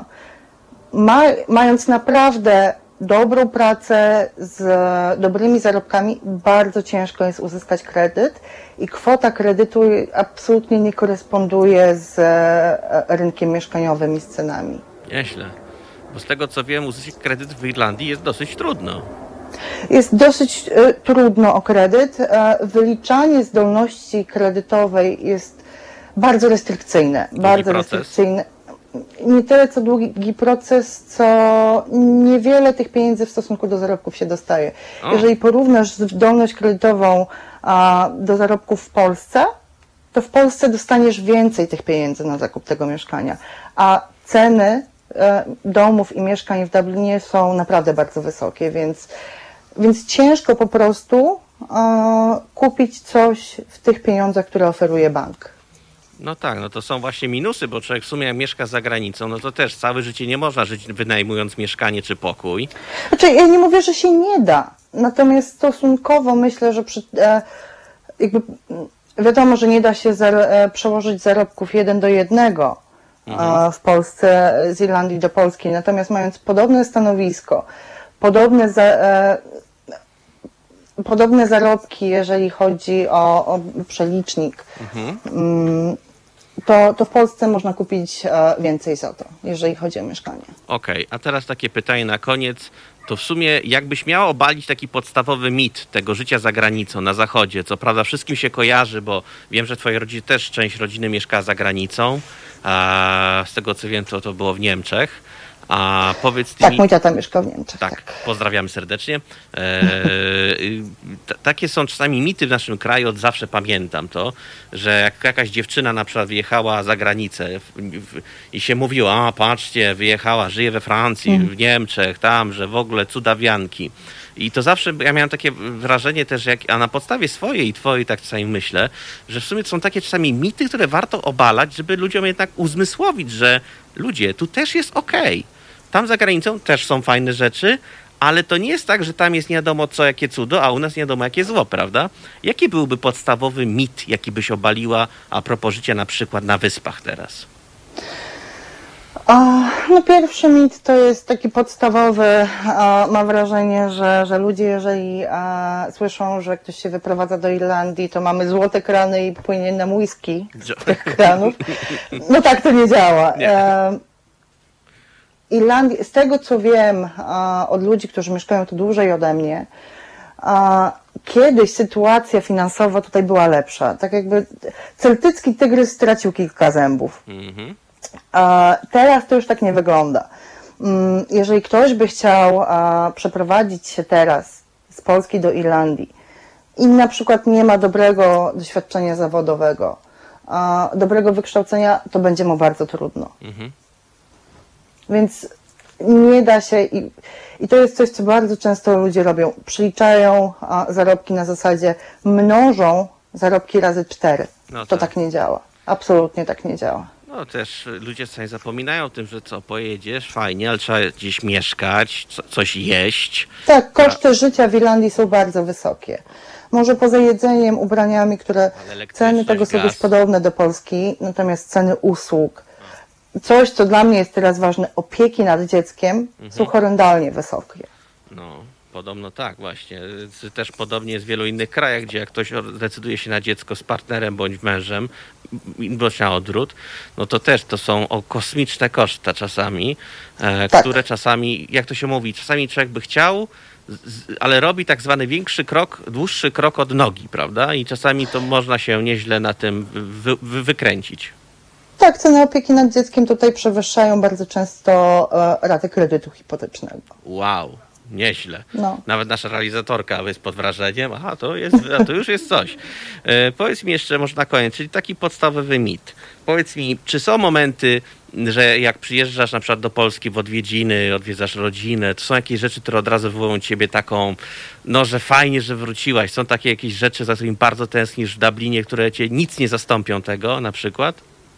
Mając naprawdę dobrą pracę z dobrymi zarobkami, bardzo ciężko jest uzyskać kredyt i kwota kredytu absolutnie nie koresponduje z rynkiem mieszkaniowym i z cenami. Nieźle. Bo z tego co wiem, uzyskać kredyt w Irlandii jest dosyć trudno. Jest dosyć trudno o kredyt. Wyliczanie zdolności kredytowej jest bardzo restrykcyjne. Restrykcyjne. Nie tyle co długi proces, co niewiele tych pieniędzy w stosunku do zarobków się dostaje. Jeżeli porównasz zdolność kredytową do zarobków w Polsce, to w Polsce dostaniesz więcej tych pieniędzy na zakup tego mieszkania. A ceny domów i mieszkań w Dublinie są naprawdę bardzo wysokie, więc ciężko po prostu kupić coś w tych pieniądzach, które oferuje bank. No tak, no to są właśnie minusy, bo człowiek w sumie jak mieszka za granicą, no to też całe życie nie można żyć wynajmując mieszkanie czy pokój. Znaczy, ja nie mówię, że się nie da, natomiast stosunkowo myślę, że jakby wiadomo, że nie da się przełożyć zarobków 1:1 w Polsce z Irlandii do Polski, natomiast mając podobne stanowisko, podobne zarobki, jeżeli chodzi o przelicznik, to w Polsce można kupić więcej za to, jeżeli chodzi o mieszkanie. Okej, a teraz takie pytanie na koniec. To w sumie jakbyś miała obalić taki podstawowy mit tego życia za granicą, na zachodzie, co prawda wszystkim się kojarzy, bo wiem, że twojej rodzinie też część rodziny mieszka za granicą, a z tego co wiem, to było w Niemczech. A powiedz Tak, mój tata mieszkał w Niemczech. Tak, pozdrawiamy serdecznie. Takie są czasami mity w naszym kraju, od zawsze pamiętam to, że jak jakaś dziewczyna na przykład wyjechała za granicę i się mówiło, a patrzcie, wyjechała, żyje we Francji, w Niemczech, tam, że w ogóle cudawianki. I to zawsze, ja miałem takie wrażenie też, a na podstawie swojej i twojej tak czasami myślę, że w sumie to są takie czasami mity, które warto obalać, żeby ludziom jednak uzmysłowić, że ludzie, tu też jest okej. Tam za granicą też są fajne rzeczy, ale to nie jest tak, że tam jest nie wiadomo co, jakie cudo, a u nas nie wiadomo jakie zło, prawda? Jaki byłby podstawowy mit, jaki byś obaliła a propos życia na przykład na Wyspach teraz? No pierwszy mit to jest taki podstawowy. Mam wrażenie, że ludzie, jeżeli słyszą, że ktoś się wyprowadza do Irlandii, to mamy złote krany i płynie nam whisky z tych kranów. No tak to nie działa. Irlandii, z tego co wiem od ludzi, którzy mieszkają tu dłużej ode mnie, kiedyś sytuacja finansowa tutaj była lepsza. Tak jakby celtycki tygrys stracił kilka zębów. Teraz to już tak nie wygląda. Jeżeli ktoś by chciał przeprowadzić się teraz z Polski do Irlandii i na przykład nie ma dobrego doświadczenia zawodowego, dobrego wykształcenia, to będzie mu bardzo trudno. Więc nie da się i to jest coś, co bardzo często ludzie robią. Przyliczają zarobki na zasadzie mnożą zarobki razy 4. No to tak. tak nie działa. Absolutnie tak nie działa. No też ludzie sobie zapominają o tym, że co, pojedziesz, fajnie, ale trzeba gdzieś mieszkać, coś jeść. Tak, koszty życia w Irlandii są bardzo wysokie. Może poza jedzeniem, ubraniami, które ceny tego są dość podobne do Polski, natomiast ceny usług, coś, co dla mnie jest teraz ważne, opieki nad dzieckiem, są horrendalnie wysokie. No, podobno tak właśnie. Też podobnie jest w wielu innych krajach, gdzie jak ktoś decyduje się na dziecko z partnerem bądź mężem, bądź na odwrót, no to też to są kosmiczne koszta czasami, Tak. które czasami, jak to się mówi, czasami człowiek by chciał, ale robi tak zwany większy krok, dłuższy krok od nogi, prawda? I czasami to można się nieźle na tym wykręcić. Tak, ceny opieki nad dzieckiem tutaj przewyższają bardzo często raty kredytu hipotecznego. Wow, nieźle. No. Nawet nasza realizatorka jest pod wrażeniem. Aha, to już jest coś. Powiedz mi jeszcze może na koniec, czyli taki podstawowy mit. Powiedz mi, czy są momenty, że jak przyjeżdżasz na przykład do Polski w odwiedziny, odwiedzasz rodzinę, to są jakieś rzeczy, które od razu wywołują ciebie taką, no że fajnie, że wróciłaś. Są takie jakieś rzeczy, za którymi bardzo tęsknisz w Dublinie, które cię nic nie zastąpią tego na przykład?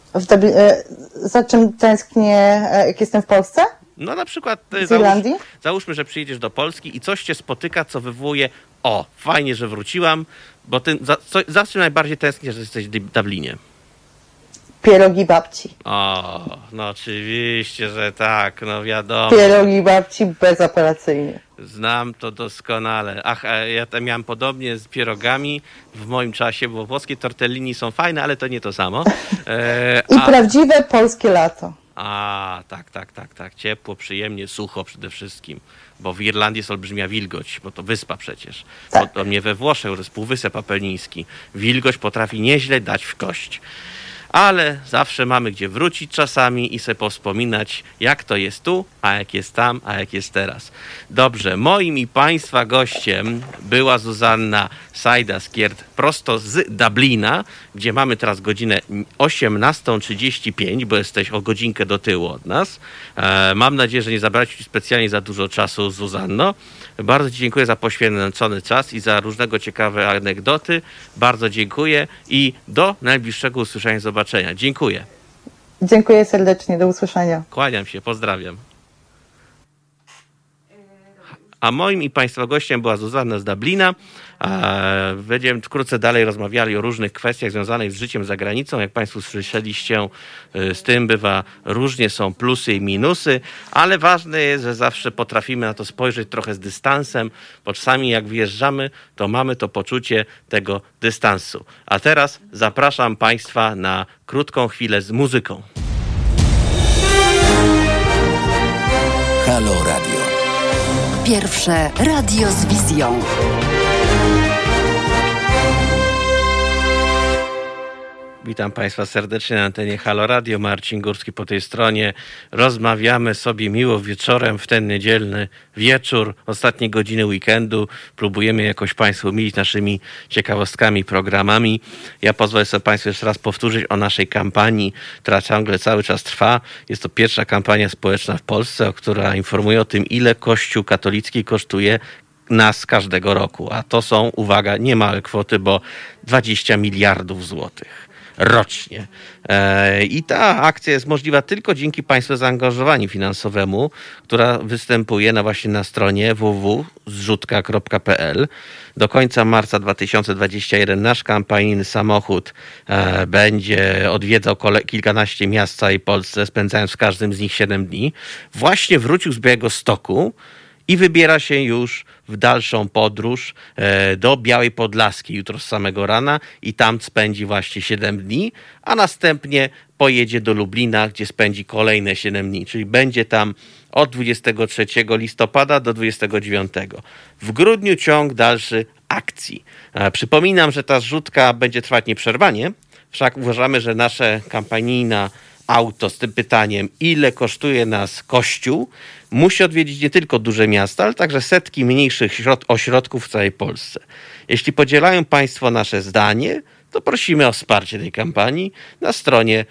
Za czym tęsknię, jak jestem w Polsce? No na przykład Z Irlandii? załóżmy, że przyjedziesz do Polski i coś cię spotyka, co wywołuje, o, fajnie, że wróciłam, bo ty za czym najbardziej tęsknisz, że jesteś w Dublinie? Pierogi babci. O, no oczywiście, że tak, no wiadomo. Pierogi babci bezapelacyjnie. Znam to doskonale. Ach, ja tam miałem podobnie z pierogami w moim czasie, bo włoskie tortellini są fajne, ale to nie to samo. I prawdziwe polskie lato. Tak. Ciepło, przyjemnie, sucho przede wszystkim. Bo w Irlandii jest olbrzymia wilgoć, bo to wyspa przecież. Tak. Podobnie we Włoszech, to jest Półwysep Apeniński. Wilgoć potrafi nieźle dać w kość. ale zawsze mamy gdzie wrócić czasami i sobie powspominać, jak to jest tu, a jak jest tam, a jak jest teraz. Dobrze, moim i Państwa gościem była Zuzanna Sajda-Skiert prosto z Dublina, gdzie mamy teraz godzinę 18:35, bo jesteś o godzinkę do tyłu od nas. Mam nadzieję, że nie zabrać Ci specjalnie za dużo czasu, Zuzanno. Bardzo Ci dziękuję za poświęcony czas i za różnego ciekawe anegdoty. Bardzo dziękuję i do najbliższego usłyszenia i zobaczenia. Dziękuję. Dziękuję serdecznie, do usłyszenia. Kłaniam się, pozdrawiam. A moim i Państwa gościem była Zuzanna z Dublina. Będziemy wkrótce dalej rozmawiali o różnych kwestiach związanych z życiem za granicą. Jak Państwo słyszeliście, z tym bywa różnie, są plusy i minusy, ale ważne jest, że zawsze potrafimy na to spojrzeć trochę z dystansem, bo czasami jak wyjeżdżamy, to mamy to poczucie tego dystansu. A teraz zapraszam Państwa na krótką chwilę z muzyką. Halo Radio. Pierwsze radio z wizją. Witam Państwa serdecznie na antenie Halo Radio. Marcin Górski po tej stronie. Rozmawiamy sobie miło wieczorem w ten niedzielny wieczór, ostatnie godziny weekendu. Próbujemy jakoś Państwu umilić naszymi ciekawostkami, programami. Ja pozwolę sobie Państwu jeszcze raz powtórzyć o naszej kampanii, która ciągle cały czas trwa. Jest to pierwsza kampania społeczna w Polsce, która informuje o tym, ile Kościół katolicki kosztuje nas każdego roku. A to są, uwaga, niemałe kwoty, bo 20 miliardów złotych rocznie. I ta akcja jest możliwa tylko dzięki Państwa zaangażowaniu finansowemu, która występuje właśnie na stronie www.zrzutka.pl. Do końca marca 2021 nasz kampanijny samochód będzie odwiedzał kilkanaście miast w całej Polsce, spędzając w każdym z nich 7 dni. Właśnie wrócił z Białegostoku i wybiera się już w dalszą podróż do Białej Podlaskiej jutro z samego rana i tam spędzi właśnie 7 dni, a następnie pojedzie do Lublina, gdzie spędzi kolejne 7 dni, czyli będzie tam od 23 listopada do 29. W grudniu ciąg dalszy akcji. Przypominam, że ta zrzutka będzie trwać nieprzerwanie, wszak uważamy, że nasze kampanijne auto z tym pytaniem, ile kosztuje nas Kościół, musi odwiedzić nie tylko duże miasta, ale także setki mniejszych ośrodków w całej Polsce. Jeśli podzielają Państwo nasze zdanie, to prosimy o wsparcie tej kampanii na stronie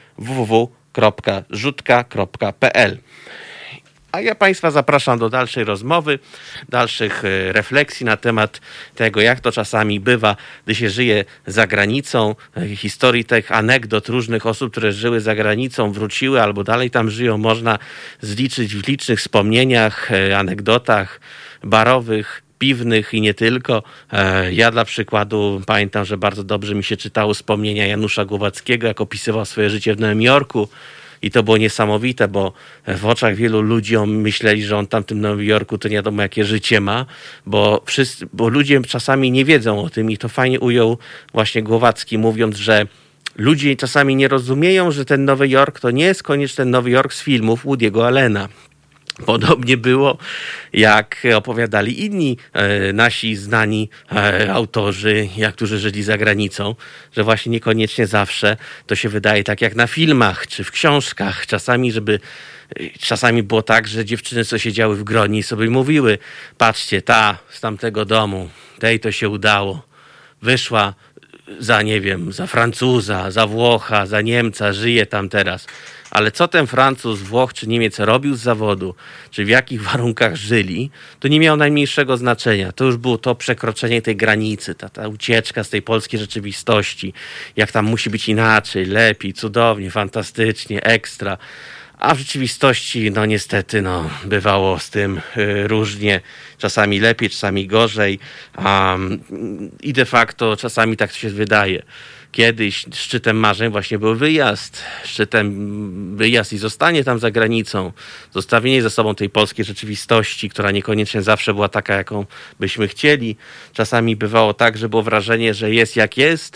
www.rzutka.pl. A ja Państwa zapraszam do dalszej rozmowy, dalszych refleksji na temat tego, jak to czasami bywa, gdy się żyje za granicą, historii tych anegdot różnych osób, które żyły za granicą, wróciły albo dalej tam żyją, można zliczyć w licznych wspomnieniach, anegdotach barowych, piwnych i nie tylko. Ja dla przykładu pamiętam, że bardzo dobrze mi się czytało wspomnienia Janusza Głowackiego, jak opisywał swoje życie w Nowym Jorku. I to było niesamowite, bo w oczach wielu ludzi myśleli, że on tam w tym Nowym Jorku to nie wiadomo jakie życie ma, bo ludzie czasami nie wiedzą o tym i to fajnie ujął właśnie Głowacki, mówiąc, że ludzie czasami nie rozumieją, że ten Nowy Jork to nie jest koniecznie ten Nowy Jork z filmów Woody'ego Allena. Podobnie było, jak opowiadali inni nasi znani autorzy, którzy żyli za granicą, że właśnie niekoniecznie zawsze to się wydaje tak jak na filmach czy w książkach. Czasami było tak, że dziewczyny, co siedziały w gronie i sobie mówiły, patrzcie, ta z tamtego domu, tej to się udało, wyszła za, nie wiem, za Francuza, za Włocha, za Niemca, żyje tam teraz. Ale co ten Francuz, Włoch czy Niemiec robił z zawodu, czy w jakich warunkach żyli, to nie miało najmniejszego znaczenia. To już było to przekroczenie tej granicy, ta ucieczka z tej polskiej rzeczywistości, jak tam musi być inaczej, lepiej, cudownie, fantastycznie, ekstra. A w rzeczywistości, no niestety, bywało z tym różnie, czasami lepiej, czasami gorzej i de facto czasami tak się wydaje. Kiedyś szczytem marzeń właśnie był wyjazd, wyjazd i zostanie tam za granicą, zostawienie ze sobą tej polskiej rzeczywistości, która niekoniecznie zawsze była taka, jaką byśmy chcieli. Czasami bywało tak, że było wrażenie, że jest jak jest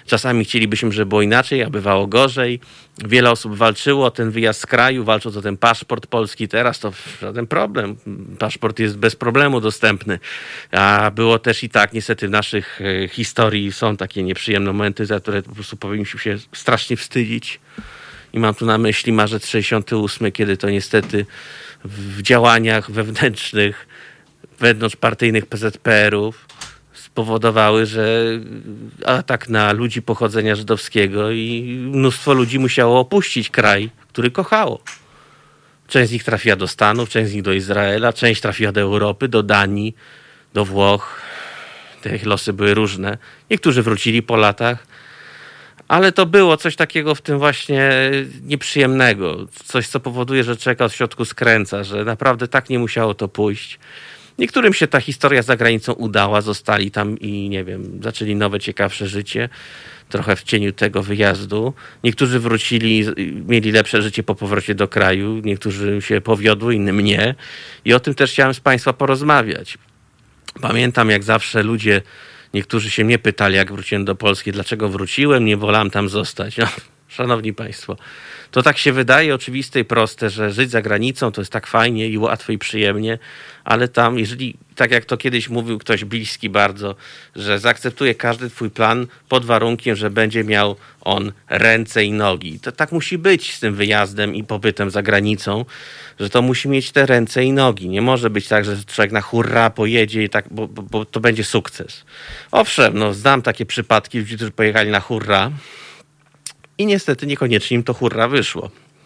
Czasami chcielibyśmy, żeby było inaczej, a bywało gorzej. Wiele osób walczyło o ten wyjazd z kraju, walcząc o ten paszport polski. Teraz to żaden problem. Paszport jest bez problemu dostępny. A było też i tak, niestety w naszych historii są takie nieprzyjemne momenty, za które po prostu powinniśmy się strasznie wstydzić. I mam tu na myśli marzec 68, kiedy to niestety w działaniach wewnętrznych, wewnątrzpartyjnych PZPR-ów spowodowały, że atak na ludzi pochodzenia żydowskiego i mnóstwo ludzi musiało opuścić kraj, który kochało. Część z nich trafiła do Stanów, część z nich do Izraela, część trafiła do Europy, do Danii, do Włoch. Te ich losy były różne. Niektórzy wrócili po latach, ale to było coś takiego w tym właśnie nieprzyjemnego. Coś, co powoduje, że człowieka od środku skręca, że naprawdę tak nie musiało to pójść. Niektórym się ta historia za granicą udała, zostali tam i nie wiem, zaczęli nowe, ciekawsze życie, trochę w cieniu tego wyjazdu. Niektórzy wrócili, mieli lepsze życie po powrocie do kraju, niektórzy się powiodło, innym nie. I o tym też chciałem z Państwa porozmawiać. Pamiętam, jak zawsze ludzie, niektórzy się mnie pytali, jak wróciłem do Polski, dlaczego wróciłem, nie wolałem tam zostać. No, szanowni Państwo, to tak się wydaje oczywiste i proste, że żyć za granicą to jest tak fajnie i łatwo i przyjemnie, ale tam, jeżeli, tak jak to kiedyś mówił ktoś bliski bardzo, że zaakceptuje każdy twój plan pod warunkiem, że będzie miał on ręce i nogi. To tak musi być z tym wyjazdem i pobytem za granicą, że to musi mieć te ręce i nogi. Nie może być tak, że człowiek na hurra pojedzie i tak, bo to będzie sukces. Owszem, no, znam takie przypadki ludzi, którzy pojechali na hurra, i niestety niekoniecznie im to hurra wyszło.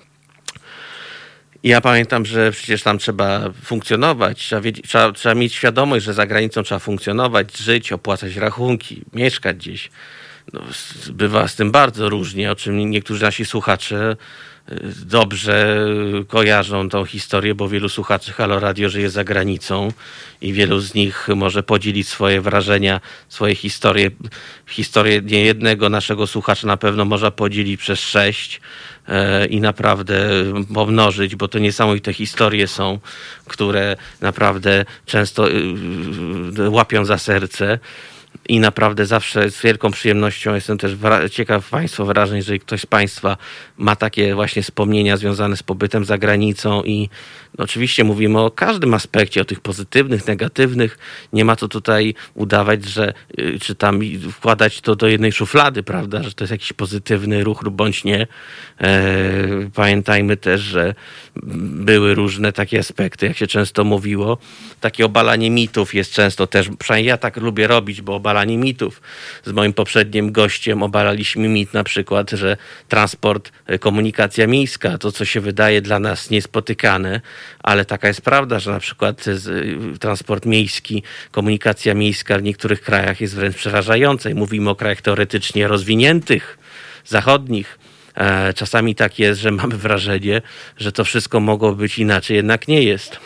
I ja pamiętam, że przecież tam trzeba funkcjonować, trzeba mieć świadomość, że za granicą trzeba funkcjonować, żyć, opłacać rachunki, mieszkać gdzieś. No, bywa z tym bardzo różnie, o czym niektórzy nasi słuchacze dobrze kojarzą tą historię, bo wielu słuchaczy Halo Radio żyje za granicą i wielu z nich może podzielić swoje wrażenia, swoje historie. Historię niejednego naszego słuchacza na pewno można podzielić przez 6 i naprawdę pomnożyć, bo to niesamowite historie są, które naprawdę często łapią za serce. I naprawdę zawsze z wielką przyjemnością jestem też ciekaw Państwa wrażeń, jeżeli ktoś z Państwa ma takie właśnie wspomnienia związane z pobytem za granicą i oczywiście mówimy o każdym aspekcie, o tych pozytywnych, negatywnych. Nie ma co tutaj udawać, że czy tam wkładać to do jednej szuflady, prawda, że to jest jakiś pozytywny ruch lub bądź nie. Pamiętajmy też, że były różne takie aspekty, jak się często mówiło. Takie obalanie mitów jest często też, przynajmniej ja tak lubię robić, bo obalanie mitów. Z moim poprzednim gościem obalaliśmy mit na przykład, że transport, komunikacja miejska, to co się wydaje dla nas niespotykane, ale taka jest prawda, że na przykład transport miejski, komunikacja miejska w niektórych krajach jest wręcz przerażająca. I mówimy o krajach teoretycznie rozwiniętych, zachodnich. Czasami tak jest, że mamy wrażenie, że to wszystko mogło być inaczej, jednak nie jest.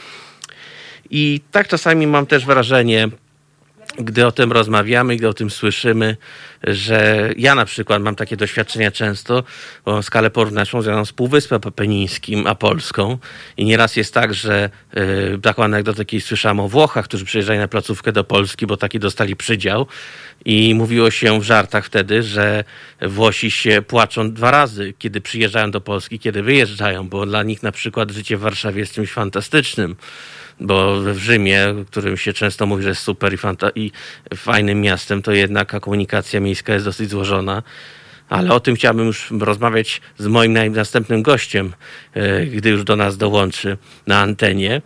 I tak czasami mam też wrażenie, gdy o tym rozmawiamy, gdy o tym słyszymy, że ja na przykład mam takie doświadczenia często, bo mam skalę porównawczą związaną z Półwyspem Apenińskim a Polską i nieraz jest tak, że taką anegdotę kiedyś słyszałem o Włochach, którzy przyjeżdżali na placówkę do Polski, bo taki dostali przydział i mówiło się w żartach wtedy, że Włosi się płaczą 2 razy, kiedy przyjeżdżają do Polski, kiedy wyjeżdżają, bo dla nich na przykład życie w Warszawie jest czymś fantastycznym. Bo w Rzymie, w którym się często mówi, że jest super i fajnym miastem, to jednak komunikacja miejska jest dosyć złożona. Ale o tym chciałbym już rozmawiać z moim następnym gościem, gdy już do nas dołączy na antenie.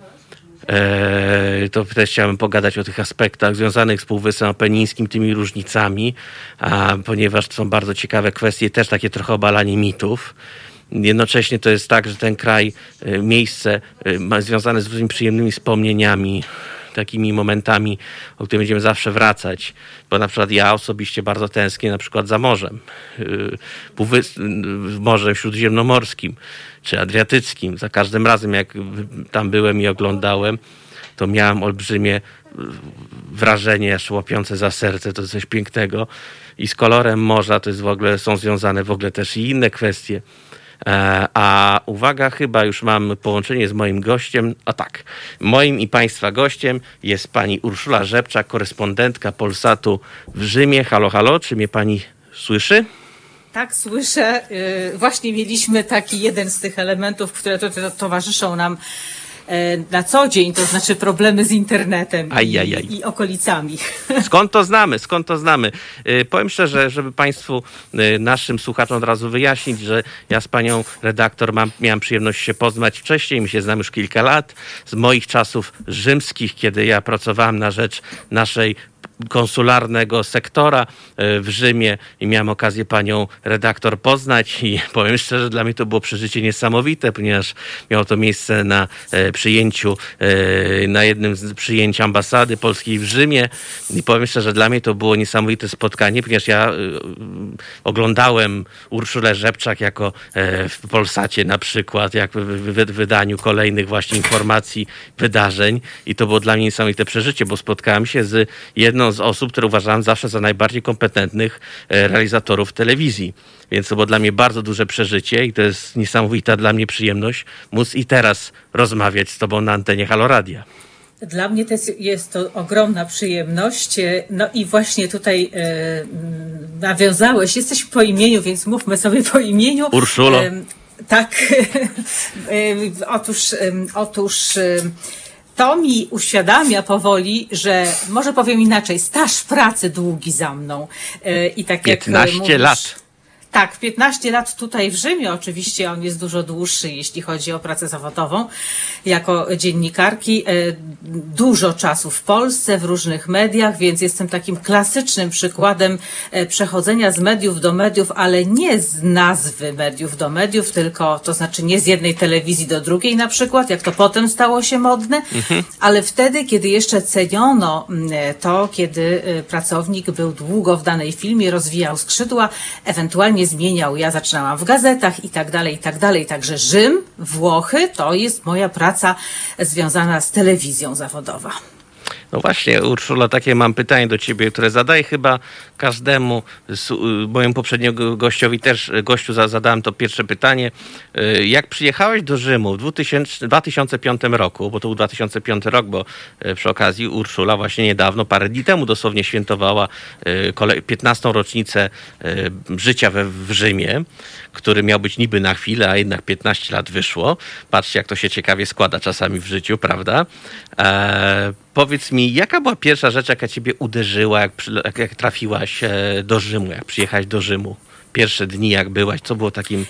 To też chciałem pogadać o tych aspektach związanych z Półwyspem Apenińskim, tymi różnicami, ponieważ to są bardzo ciekawe kwestie, też takie trochę obalanie mitów. Jednocześnie to jest tak, że ten kraj, miejsce związane z różnymi przyjemnymi wspomnieniami, takimi momentami, o których będziemy zawsze wracać. Bo na przykład ja osobiście bardzo tęsknię na przykład za morzem. Morzem Śródziemnomorskim czy Adriatyckim. Za każdym razem, jak tam byłem i oglądałem, to miałem olbrzymie wrażenie, aż łapiące za serce, to coś pięknego. I z kolorem morza to jest w ogóle, są związane w ogóle też i inne kwestie. A uwaga, chyba już mam połączenie z moim gościem. A tak, moim i Państwa gościem jest pani Urszula Rzepczak, korespondentka Polsatu w Rzymie. Halo, halo, czy mnie pani Słyszy? Tak, słyszę. Właśnie mieliśmy taki jeden z tych elementów, które tutaj towarzyszą nam na co dzień, to znaczy problemy z internetem i okolicami. Skąd to znamy? Powiem szczerze, żeby Państwu, naszym słuchaczom od razu wyjaśnić, że ja z panią redaktor miałem przyjemność się poznać wcześniej, my się znam już kilka lat, z moich czasów rzymskich, kiedy ja pracowałem na rzecz naszej konsularnego sektora w Rzymie i miałem okazję panią redaktor poznać i powiem szczerze, dla mnie to było przeżycie niesamowite, ponieważ miało to miejsce na przyjęciu, na jednym z przyjęć ambasady polskiej w Rzymie i powiem szczerze, dla mnie to było niesamowite spotkanie, ponieważ ja oglądałem Urszulę Rzepczak jako w Polsacie na przykład, jak w wydaniu kolejnych właśnie informacji, wydarzeń i to było dla mnie niesamowite przeżycie, bo spotkałem się z jedną z osób, które uważałem zawsze za najbardziej kompetentnych realizatorów telewizji. Więc to było dla mnie bardzo duże przeżycie i to jest niesamowita dla mnie przyjemność móc i teraz rozmawiać z tobą na antenie Halo Radia. Dla mnie też jest to ogromna przyjemność. No i właśnie tutaj nawiązałeś, jesteś po imieniu, więc mówmy sobie po imieniu. Urszulo. Tak. Otóż to mi uświadamia powoli, że może powiem inaczej, staż pracy długi za mną. I tak 15 lat. Tak, 15 lat tutaj w Rzymie, oczywiście on jest dużo dłuższy, jeśli chodzi o pracę zawodową jako dziennikarki. Dużo czasu w Polsce, w różnych mediach, więc jestem takim klasycznym przykładem przechodzenia z mediów do mediów, ale nie z nazwy mediów do mediów, tylko to znaczy nie z jednej telewizji do drugiej na przykład, jak to potem stało się modne, ale wtedy, kiedy jeszcze ceniono to, kiedy pracownik był długo w danej firmie, rozwijał skrzydła, ewentualnie zmieniał. Ja zaczynałam w gazetach i tak dalej, i tak dalej. Także Rzym, Włochy to jest moja praca związana z telewizją zawodowa. No właśnie, Urszula, takie mam pytanie do ciebie, które zadaję chyba każdemu, mojemu poprzedniemu gościu zadałem to pierwsze pytanie. Jak przyjechałeś do Rzymu w 2005 roku, bo to był 2005 rok, bo przy okazji Urszula właśnie niedawno, parę dni temu dosłownie świętowała 15. rocznicę życia w Rzymie, który miał być niby na chwilę, a jednak 15 lat wyszło. Patrzcie, jak to się ciekawie składa czasami w życiu, prawda? Powiedz mi, jaka była pierwsza rzecz, jaka ciebie uderzyła, jak trafiłaś do Rzymu, jak przyjechałaś do Rzymu? Pierwsze dni, jak byłaś, co było takim...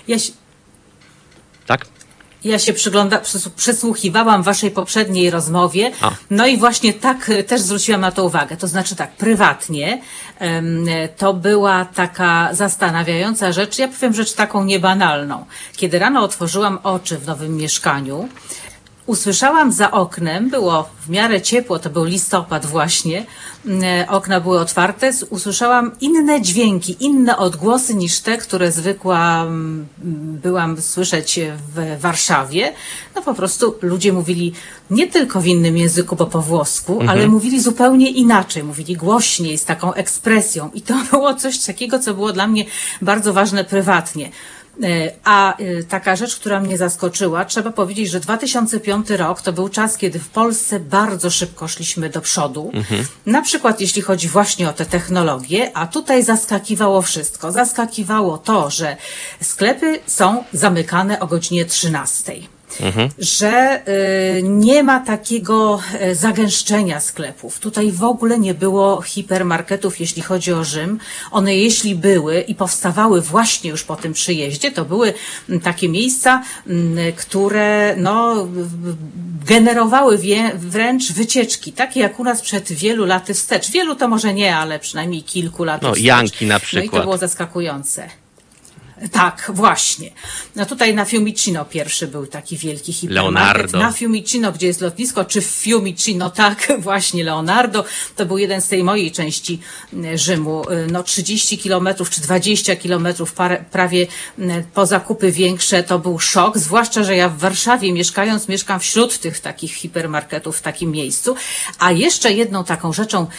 Tak? Ja się przesłuchiwałam waszej poprzedniej rozmowie, no i właśnie tak też zwróciłam na to uwagę. To znaczy tak, prywatnie to była taka zastanawiająca rzecz, ja powiem rzecz taką niebanalną. Kiedy rano otworzyłam oczy w nowym mieszkaniu, usłyszałam za oknem, było w miarę ciepło, to był listopad właśnie, okna były otwarte, usłyszałam inne dźwięki, inne odgłosy niż te, które zwykła byłam słyszeć w Warszawie. No po prostu ludzie mówili nie tylko w innym języku, bo po włosku, ale mówili zupełnie inaczej, mówili głośniej, z taką ekspresją i to było coś takiego, co było dla mnie bardzo ważne prywatnie. A taka rzecz, która mnie zaskoczyła, trzeba powiedzieć, że 2005 rok to był czas, kiedy w Polsce bardzo szybko szliśmy do przodu. Na przykład jeśli chodzi właśnie o te technologie, a tutaj zaskakiwało wszystko. Zaskakiwało to, że sklepy są zamykane o godzinie 13. Że nie ma takiego zagęszczenia sklepów. Tutaj w ogóle nie było hipermarketów, jeśli chodzi o Rzym. One jeśli były i powstawały właśnie już po tym przyjeździe, to były takie miejsca, które no, generowały wręcz wycieczki, takie jak u nas przed wielu laty wstecz. Wielu to może nie, ale przynajmniej kilku lat wstecz. Janki na przykład. No i to było zaskakujące. Tak, właśnie. No tutaj na Fiumicino pierwszy był taki wielki hipermarket. Leonardo. Na Fiumicino, gdzie jest lotnisko, czy w Fiumicino, tak, właśnie Leonardo. To był jeden z tej mojej części Rzymu. No 30 kilometrów czy 20 kilometrów prawie po zakupy większe. To był szok, zwłaszcza, że ja w Warszawie mieszkam wśród tych takich hipermarketów w takim miejscu. A jeszcze jedną taką rzeczą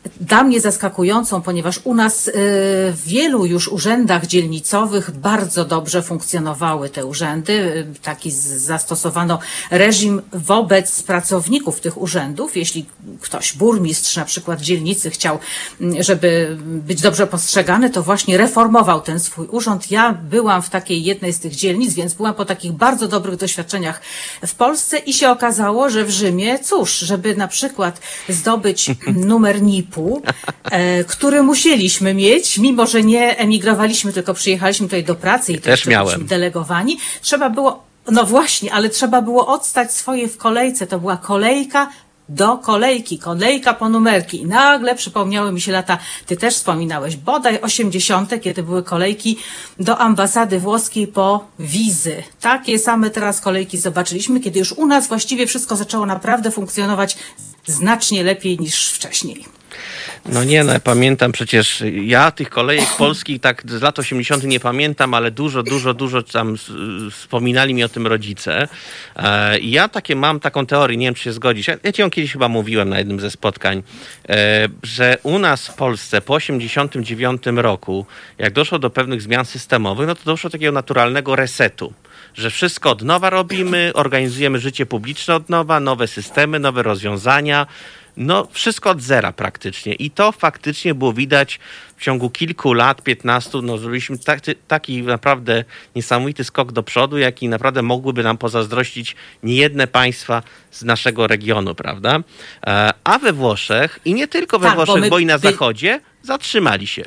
dla mnie zaskakującą, ponieważ u nas w wielu już urzędach dzielnicowych bardzo dobrze funkcjonowały te urzędy. Taki zastosowano reżim wobec pracowników tych urzędów. Jeśli ktoś, burmistrz na przykład dzielnicy chciał, żeby być dobrze postrzegany, to właśnie reformował ten swój urząd. Ja byłam w takiej jednej z tych dzielnic, więc byłam po takich bardzo dobrych doświadczeniach w Polsce i się okazało, że w Rzymie, cóż, żeby na przykład zdobyć numer NIP-u, który musieliśmy mieć, mimo że nie emigrowaliśmy, tylko przyjechaliśmy tutaj do pracy i też byliśmy delegowani, trzeba było, no właśnie, ale trzeba było odstać swoje w kolejce. To była kolejka do kolejki, kolejka po numerki. I nagle przypomniały mi się lata, ty też wspominałeś, bodaj 80., kiedy były kolejki do ambasady włoskiej po wizy. Takie same teraz kolejki zobaczyliśmy, kiedy już u nas właściwie wszystko zaczęło naprawdę funkcjonować znacznie lepiej niż wcześniej. No nie, no ja pamiętam przecież, ja tych kolejek polskich tak z lat 80. nie pamiętam, ale dużo tam wspominali mi o tym rodzice. Ja mam taką teorię, nie wiem czy się zgodzisz, ja ci ją kiedyś chyba mówiłem na jednym ze spotkań, że u nas w Polsce po 89 roku, jak doszło do pewnych zmian systemowych, no to doszło do takiego naturalnego resetu, że wszystko od nowa robimy, organizujemy życie publiczne od nowa, nowe systemy, nowe rozwiązania, no wszystko od zera praktycznie i to faktycznie było widać w ciągu kilku lat, 15, no zrobiliśmy taki naprawdę niesamowity skok do przodu, jaki naprawdę mogłyby nam pozazdrościć niejedne państwa z naszego regionu, prawda? A we Włoszech i nie tylko we Włoszech, bo i na Zachodzie zatrzymali się.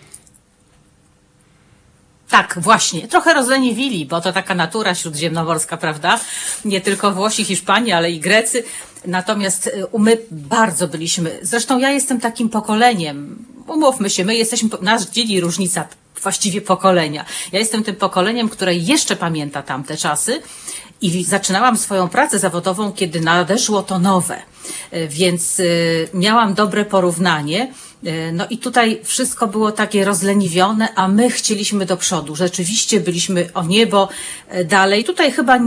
Tak, właśnie. Trochę rozleniwili, bo to taka natura śródziemnomorska, prawda? Nie tylko Włosi, Hiszpanii, ale i Grecy. Natomiast my bardzo byliśmy, zresztą ja jestem takim pokoleniem, umówmy się, nas dzieli różnica właściwie pokolenia. Ja jestem tym pokoleniem, które jeszcze pamięta tamte czasy i zaczynałam swoją pracę zawodową, kiedy nadeszło to nowe. Więc miałam dobre porównanie. No i tutaj wszystko było takie rozleniwione, a my chcieliśmy do przodu. Rzeczywiście byliśmy o niebo dalej. Tutaj chyba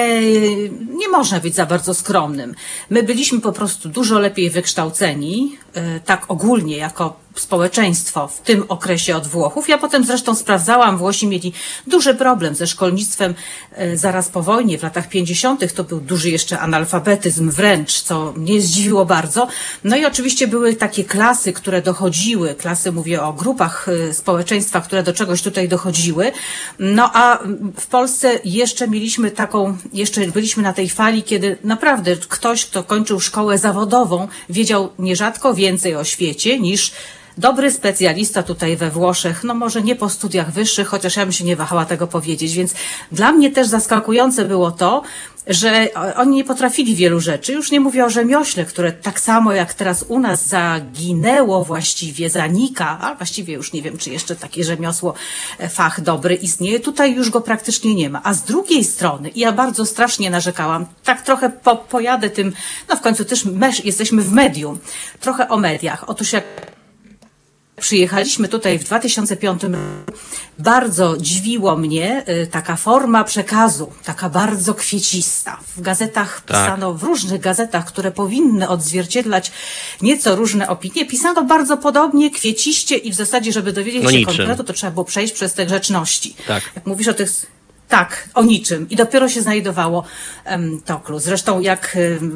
nie można być za bardzo skromnym. My byliśmy po prostu dużo lepiej wykształceni, tak ogólnie jako społeczeństwo w tym okresie od Włochów. Ja potem zresztą sprawdzałam, Włosi mieli duży problem ze szkolnictwem zaraz po wojnie, w latach 50. to był duży jeszcze analfabetyzm wręcz, co mnie zdziwiło bardzo. No i oczywiście były takie klasy, które dochodziły, klasy mówię o grupach społeczeństwa, które do czegoś tutaj dochodziły. No a w Polsce jeszcze mieliśmy jeszcze byliśmy na tej fali, kiedy naprawdę ktoś, kto kończył szkołę zawodową, wiedział nierzadko więcej o świecie niż dobry specjalista tutaj we Włoszech, no może nie po studiach wyższych, chociaż ja bym się nie wahała tego powiedzieć, więc dla mnie też zaskakujące było to, że oni nie potrafili wielu rzeczy. Już nie mówię o rzemiośle, które tak samo jak teraz u nas zaginęło właściwie, zanika, a właściwie już nie wiem, czy jeszcze takie rzemiosło, fach dobry istnieje. Tutaj już go praktycznie nie ma. A z drugiej strony, i ja bardzo strasznie narzekałam, tak trochę pojadę tym, no w końcu też jesteśmy w medium, trochę o mediach. Otóż jak przyjechaliśmy tutaj w 2005 roku, bardzo dziwiło mnie taka forma przekazu, taka bardzo kwiecista. W gazetach pisano, w różnych gazetach, które powinny odzwierciedlać nieco różne opinie, pisano bardzo podobnie, kwieciście i w zasadzie, żeby dowiedzieć się konkretu, to trzeba było przejść przez te grzeczności. Tak. Jak mówisz o tych... Tak, o niczym. I dopiero się znajdowało Toklu. Zresztą jak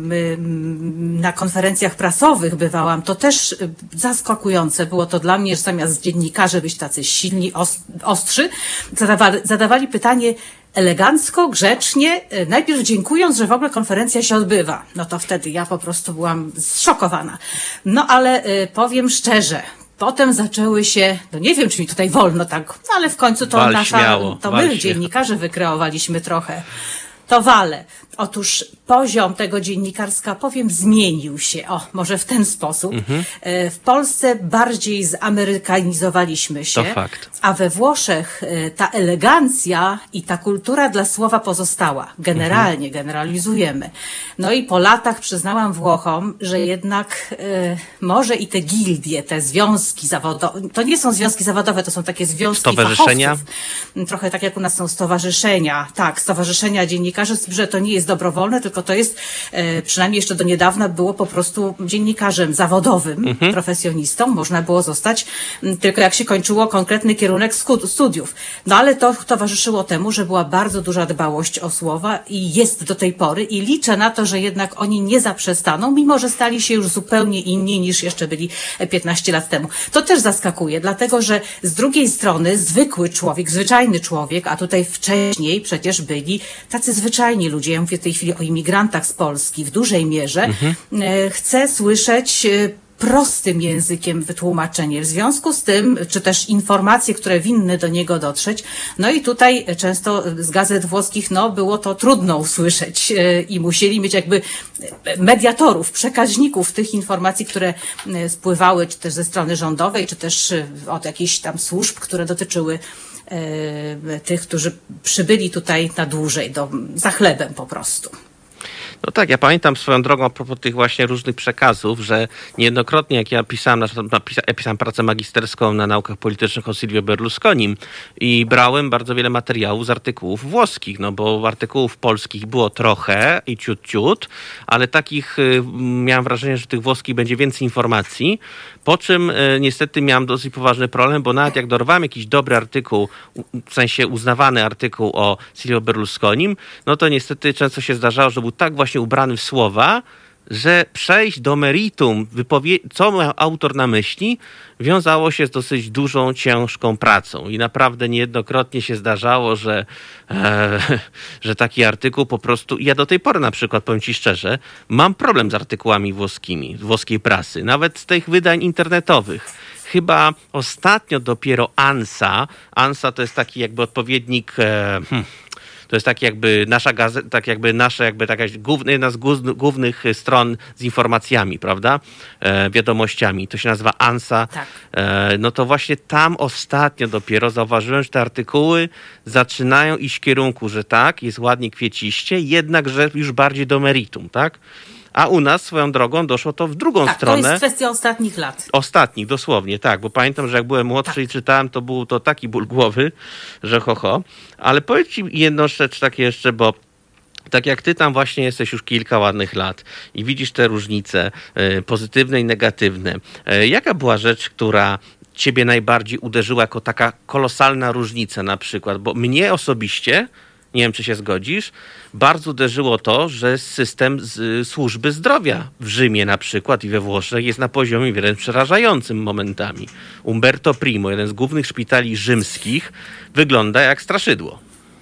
na konferencjach prasowych bywałam, to też zaskakujące było to dla mnie, że zamiast dziennikarzy być tacy silni, ostrzy, zadawali pytanie elegancko, grzecznie, najpierw dziękując, że w ogóle konferencja się odbywa. No to wtedy ja po prostu byłam zszokowana. No ale powiem szczerze, potem zaczęły się, no nie wiem, czy mi tutaj wolno tak, ale w końcu to my dziennikarze wykreowaliśmy trochę. To wale. Otóż poziom tego dziennikarska, powiem, zmienił się. O, może w ten sposób. W Polsce bardziej zamerykanizowaliśmy się, to fakt. A we Włoszech ta elegancja i ta kultura dla słowa pozostała. Generalnie, generalizujemy. No i po latach przyznałam Włochom, że jednak może i te gildie, te związki zawodowe, to nie są związki zawodowe, to są takie związki stowarzyszenia. Fachowców. Trochę tak jak u nas są stowarzyszenia. Tak, stowarzyszenia dziennikarzy dziennikarzy, że to nie jest dobrowolne, tylko to jest, przynajmniej jeszcze do niedawna było po prostu dziennikarzem zawodowym, profesjonistą. Można było zostać tylko jak się kończyło konkretny kierunek studiów. No ale to towarzyszyło temu, że była bardzo duża dbałość o słowa i jest do tej pory i liczę na to, że jednak oni nie zaprzestaną, mimo że stali się już zupełnie inni niż jeszcze byli 15 lat temu. To też zaskakuje, dlatego że z drugiej strony zwykły człowiek, zwyczajny człowiek, a tutaj wcześniej przecież byli tacy zwyczajni ludzie, ja mówię w tej chwili o imigrantach z Polski w dużej mierze, chce słyszeć prostym językiem wytłumaczenie. W związku z tym, czy też informacje, które winny do niego dotrzeć, no i tutaj często z gazet włoskich, no było to trudno usłyszeć i musieli mieć jakby mediatorów, przekaźników tych informacji, które spływały, czy też ze strony rządowej, czy też od jakichś tam służb, które dotyczyły tych, którzy przybyli tutaj na dłużej, za chlebem po prostu. No tak, ja pamiętam swoją drogą a propos tych właśnie różnych przekazów, że niejednokrotnie jak ja pisałem pracę magisterską na naukach politycznych o Silvio Berlusconim i brałem bardzo wiele materiałów z artykułów włoskich, no bo artykułów polskich było trochę i ciut, ale takich miałem wrażenie, że tych włoskich będzie więcej informacji, po czym niestety miałem dosyć poważny problem, bo nawet jak dorwałem jakiś dobry artykuł, w sensie uznawany artykuł o Silvio Berlusconim, no to niestety często się zdarzało, że był tak właśnie ubrany w słowa, że przejść do meritum, co miał autor na myśli, wiązało się z dosyć dużą, ciężką pracą. I naprawdę niejednokrotnie się zdarzało, że taki artykuł po prostu... Ja do tej pory na przykład, powiem ci szczerze, mam problem z artykułami włoskimi, z włoskiej prasy, nawet z tych wydań internetowych. Chyba ostatnio dopiero ANSA to jest taki jakby odpowiednik... To jest tak jakby nasza gazeta, tak jakby nasza taka jedna z głównych stron z informacjami, prawda? Wiadomościami. To się nazywa ANSA. Tak. No to właśnie tam ostatnio dopiero zauważyłem, że te artykuły zaczynają iść w kierunku, że tak, jest ładnie kwieciście, jednakże już bardziej do meritum, tak? A u nas swoją drogą doszło to w drugą stronę. To jest kwestia ostatnich lat. Ostatnich, dosłownie, tak. Bo pamiętam, że jak byłem młodszy i czytałem, to był to taki ból głowy, że Ale powiedz ci jedną rzecz takie jeszcze, bo tak jak ty tam właśnie jesteś już kilka ładnych lat i widzisz te różnice pozytywne i negatywne. Jaka była rzecz, która ciebie najbardziej uderzyła jako taka kolosalna różnica na przykład? Bo mnie osobiście... Nie wiem, czy się zgodzisz. Bardzo uderzyło to, że system służby zdrowia w Rzymie na przykład i we Włoszech jest na poziomie wręcz przerażającym momentami. Umberto Primo, jeden z głównych szpitali rzymskich, wygląda jak straszydło.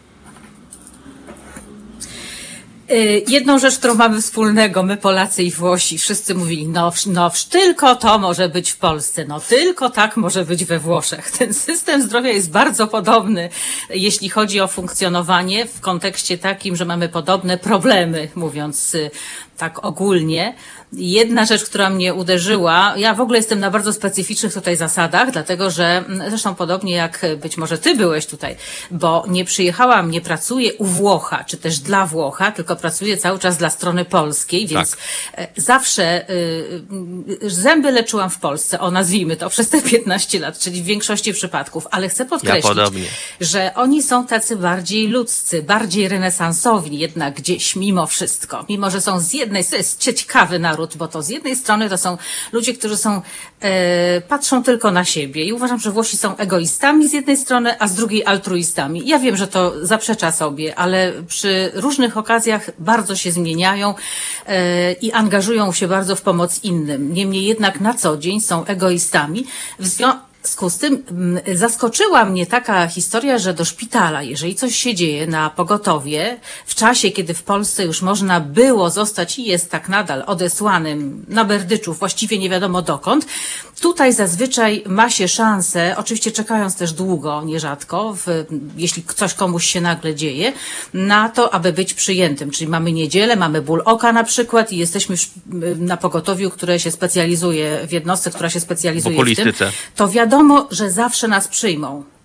Jedną rzecz, którą mamy wspólnego, my Polacy i Włosi, wszyscy mówili, tylko to może być w Polsce, tylko tak może być we Włoszech. Ten system zdrowia jest bardzo podobny, jeśli chodzi o funkcjonowanie w kontekście takim, że mamy podobne problemy, mówiąc tak ogólnie. Jedna rzecz, która mnie uderzyła, ja w ogóle jestem na bardzo specyficznych tutaj zasadach, dlatego że zresztą podobnie jak być może ty byłeś tutaj, bo nie przyjechałam, nie pracuję u Włocha, czy też dla Włocha, tylko pracuję cały czas dla strony polskiej, więc zawsze zęby leczyłam w Polsce, nazwijmy to, przez te 15 lat, czyli w większości przypadków, ale chcę podkreślić, że oni są tacy bardziej ludzcy, bardziej renesansowni jednak gdzieś mimo wszystko, mimo że są to jest ciekawy naród, bo to z jednej strony to są ludzie, którzy patrzą tylko na siebie i uważam, że Włosi są egoistami z jednej strony, a z drugiej altruistami. Ja wiem, że to zaprzecza sobie, ale przy różnych okazjach bardzo się zmieniają i angażują się bardzo w pomoc innym. Niemniej jednak na co dzień są egoistami. W związku z tym zaskoczyła mnie taka historia, że do szpitala, jeżeli coś się dzieje na pogotowie, w czasie, kiedy w Polsce już można było zostać i jest tak nadal odesłanym na Berdyczów, właściwie nie wiadomo dokąd, tutaj zazwyczaj ma się szansę, oczywiście czekając też długo, nierzadko, jeśli coś komuś się nagle dzieje, na to, aby być przyjętym. Czyli mamy niedzielę, mamy ból oka na przykład i jesteśmy na pogotowiu, które się specjalizuje w jednostce, która się specjalizuje w tym, to wiadomo, że zawsze nas przyjmą.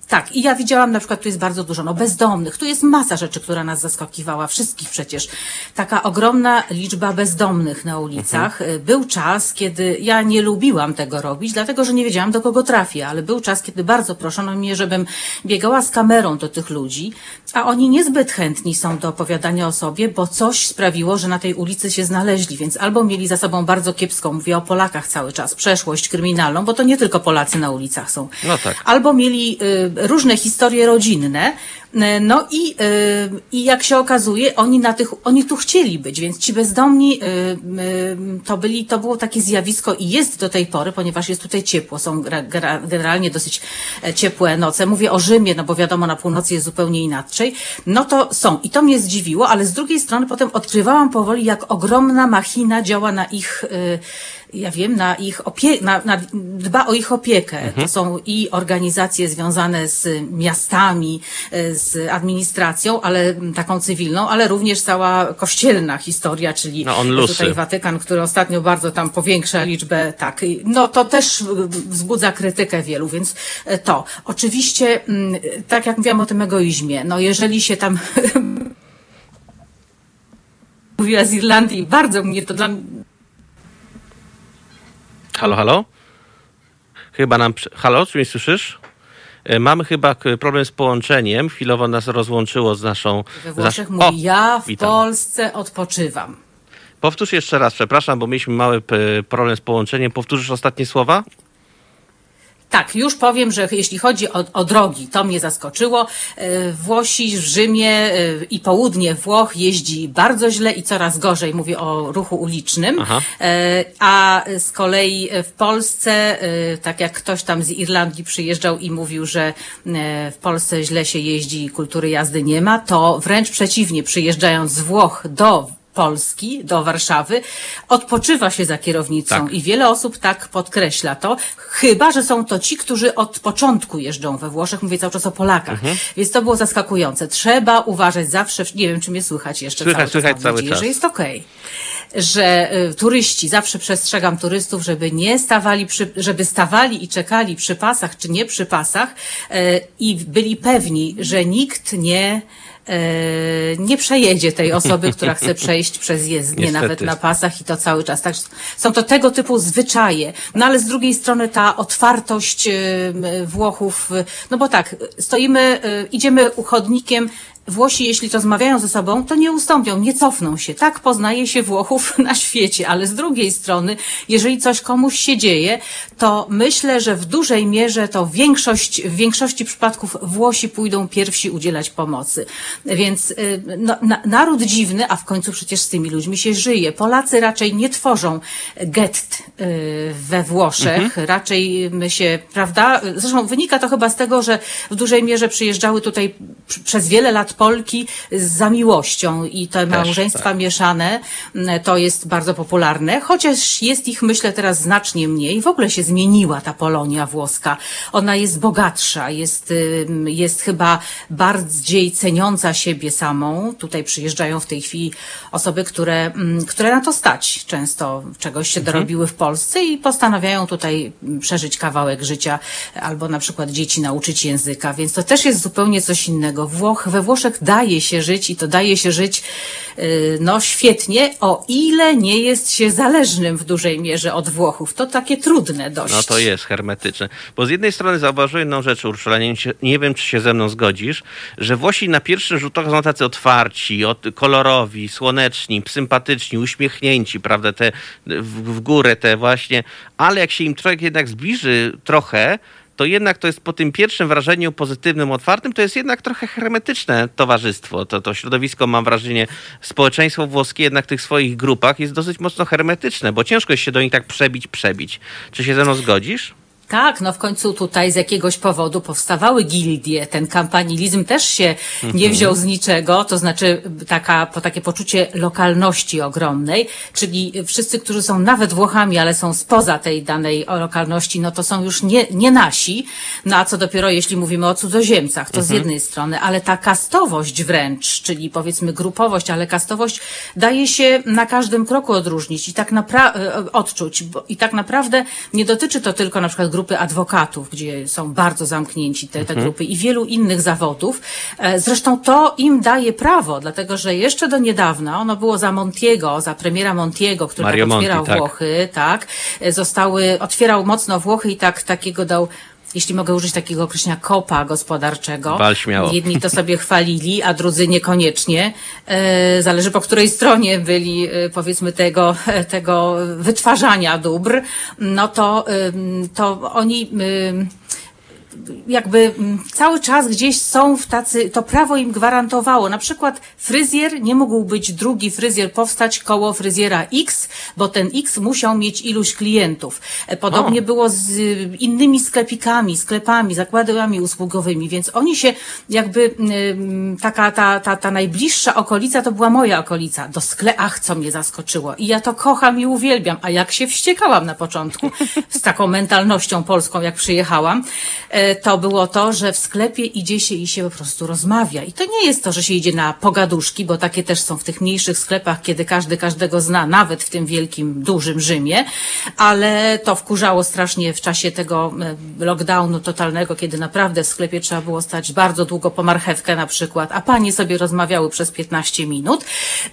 Tak, i ja widziałam na przykład, tu jest bardzo dużo, bezdomnych, tu jest masa rzeczy, która nas zaskakiwała, wszystkich przecież. Taka ogromna liczba bezdomnych na ulicach. Był czas, kiedy ja nie lubiłam tego robić, dlatego, że nie wiedziałam, do kogo trafię, ale był czas, kiedy bardzo proszono mnie, żebym biegała z kamerą do tych ludzi, a oni niezbyt chętni są do opowiadania o sobie, bo coś sprawiło, że na tej ulicy się znaleźli, więc albo mieli za sobą bardzo kiepską, mówię o Polakach cały czas, przeszłość kryminalną, bo to nie tylko Polacy na ulicach są. No tak. Albo mieli różne historie rodzinne, no i jak się okazuje, oni tu chcieli być, więc ci bezdomni to było takie zjawisko i jest do tej pory, ponieważ jest tutaj ciepło, są generalnie dosyć ciepłe noce. Mówię o Rzymie, no bo wiadomo, na północy jest zupełnie inaczej. No to są i to mnie zdziwiło, ale z drugiej strony potem odkrywałam powoli, jak ogromna machina działa na ich ja wiem, dba o ich opiekę. To są i organizacje związane z miastami, z administracją, ale taką cywilną, ale również cała kościelna historia, czyli tutaj Watykan, który ostatnio bardzo tam powiększa liczbę, tak. No to też wzbudza krytykę wielu, więc to. Oczywiście, tak jak mówiłam o tym egoizmie, no jeżeli się tam mówiła z Irlandii, bardzo mnie to dla mnie. Halo? Chyba Halo, czy mnie słyszysz? Mamy chyba problem z połączeniem. Chwilowo nas rozłączyło z naszą... We Włoszech mówi, ja w Polsce odpoczywam. Powtórz jeszcze raz, przepraszam, bo mieliśmy mały problem z połączeniem. Powtórzysz ostatnie słowa? Tak, już powiem, że jeśli chodzi o drogi, to mnie zaskoczyło. Włosi w Rzymie i południe Włoch jeździ bardzo źle i coraz gorzej, mówię o ruchu ulicznym. A z kolei w Polsce, tak jak ktoś tam z Irlandii przyjeżdżał i mówił, że w Polsce źle się jeździ i kultury jazdy nie ma, to wręcz przeciwnie, przyjeżdżając z Włoch do Polski, do Warszawy, odpoczywa się za kierownicą. Tak. I wiele osób tak podkreśla to, chyba że są to ci, którzy od początku jeżdżą we Włoszech, mówię cały czas o Polakach. Więc to było zaskakujące. Trzeba uważać zawsze, nie wiem, czy mnie słychać jeszcze słychać cały czas. Że jest okej. Że turyści, zawsze przestrzegam turystów, żeby nie stawali, żeby stawali i czekali przy pasach, czy nie przy pasach i byli pewni, że nikt nie przejedzie tej osoby, która chce przejść przez jezdnię, nawet na pasach i to cały czas. Tak, są to tego typu zwyczaje. No ale z drugiej strony ta otwartość Włochów, no bo tak, idziemy chodnikiem, Włosi, jeśli rozmawiają ze sobą, to nie ustąpią, nie cofną się. Tak poznaje się Włochów na świecie, ale z drugiej strony, jeżeli coś komuś się dzieje, to myślę, że w dużej mierze to w większości przypadków Włosi pójdą pierwsi udzielać pomocy. Więc naród dziwny, a w końcu przecież z tymi ludźmi się żyje. Polacy raczej nie tworzą gett we Włoszech, raczej prawda? Zresztą wynika to chyba z tego, że w dużej mierze przyjeżdżały tutaj przez wiele lat Polki za miłością i te małżeństwa mieszane to jest bardzo popularne, chociaż jest ich, myślę, teraz znacznie mniej. W ogóle się zmieniła ta Polonia włoska. Ona jest bogatsza, jest chyba bardziej ceniąca siebie samą. Tutaj przyjeżdżają w tej chwili osoby, które na to stać. Często czegoś się dorobiły w Polsce i postanawiają tutaj przeżyć kawałek życia albo na przykład dzieci nauczyć języka, więc to też jest zupełnie coś innego. We Włoszech daje się żyć i to daje się żyć świetnie, o ile nie jest się zależnym w dużej mierze od Włochów. To takie trudne dość. No to jest hermetyczne. Bo z jednej strony zauważyłem jedną rzecz, Urszula, nie wiem, czy się ze mną zgodzisz, że Włosi na pierwszy rzut oka są tacy otwarci, kolorowi, słoneczni, sympatyczni, uśmiechnięci, prawda, te w górę te właśnie, ale jak się im człowiek jednak zbliży trochę, to jednak to jest po tym pierwszym wrażeniu pozytywnym, otwartym, to jest jednak trochę hermetyczne towarzystwo. To środowisko, mam wrażenie, społeczeństwo włoskie jednak w tych swoich grupach jest dosyć mocno hermetyczne, bo ciężko jest się do nich tak przebić. Czy się ze mną zgodzisz? Tak, w końcu tutaj z jakiegoś powodu powstawały gildie. Ten kampanilizm też się nie wziął z niczego, to znaczy takie poczucie lokalności ogromnej, czyli wszyscy, którzy są nawet Włochami, ale są spoza tej danej lokalności, no to są już nie nasi, no a co dopiero jeśli mówimy o cudzoziemcach, to z jednej strony, ale ta kastowość wręcz, czyli powiedzmy grupowość, ale kastowość daje się na każdym kroku odróżnić i odczuć, i tak naprawdę nie dotyczy to tylko na przykład grupy adwokatów, gdzie są bardzo zamknięci te grupy i wielu innych zawodów. Zresztą to im daje prawo, dlatego że jeszcze do niedawna, ono było za Montiego, za premiera Montiego, który Mario tak otwierał Monti, tak. Włochy, tak, otwierał mocno Włochy i takiego dał, jeśli mogę użyć takiego określenia, kopa gospodarczego. Wal śmiało. Jedni to sobie chwalili, a drudzy niekoniecznie. Zależy po której stronie byli, powiedzmy, tego wytwarzania dóbr. No to oni jakby cały czas gdzieś są to prawo im gwarantowało. Na przykład fryzjer, nie mógł być drugi fryzjer powstać koło fryzjera X, bo ten X musiał mieć iluś klientów. Podobnie było z innymi sklepami, zakładami usługowymi, więc oni się jakby, ta najbliższa okolica to była moja okolica. Ach, co mnie zaskoczyło. I ja to kocham i uwielbiam. A jak się wściekałam na początku z taką mentalnością polską, jak przyjechałam, to było to, że w sklepie idzie się i się po prostu rozmawia. I to nie jest to, że się idzie na pogaduszki, bo takie też są w tych mniejszych sklepach, kiedy każdy każdego zna, nawet w tym wielkim, dużym Rzymie, ale to wkurzało strasznie w czasie tego lockdownu totalnego, kiedy naprawdę w sklepie trzeba było stać bardzo długo po marchewkę na przykład, a panie sobie rozmawiały przez 15 minut.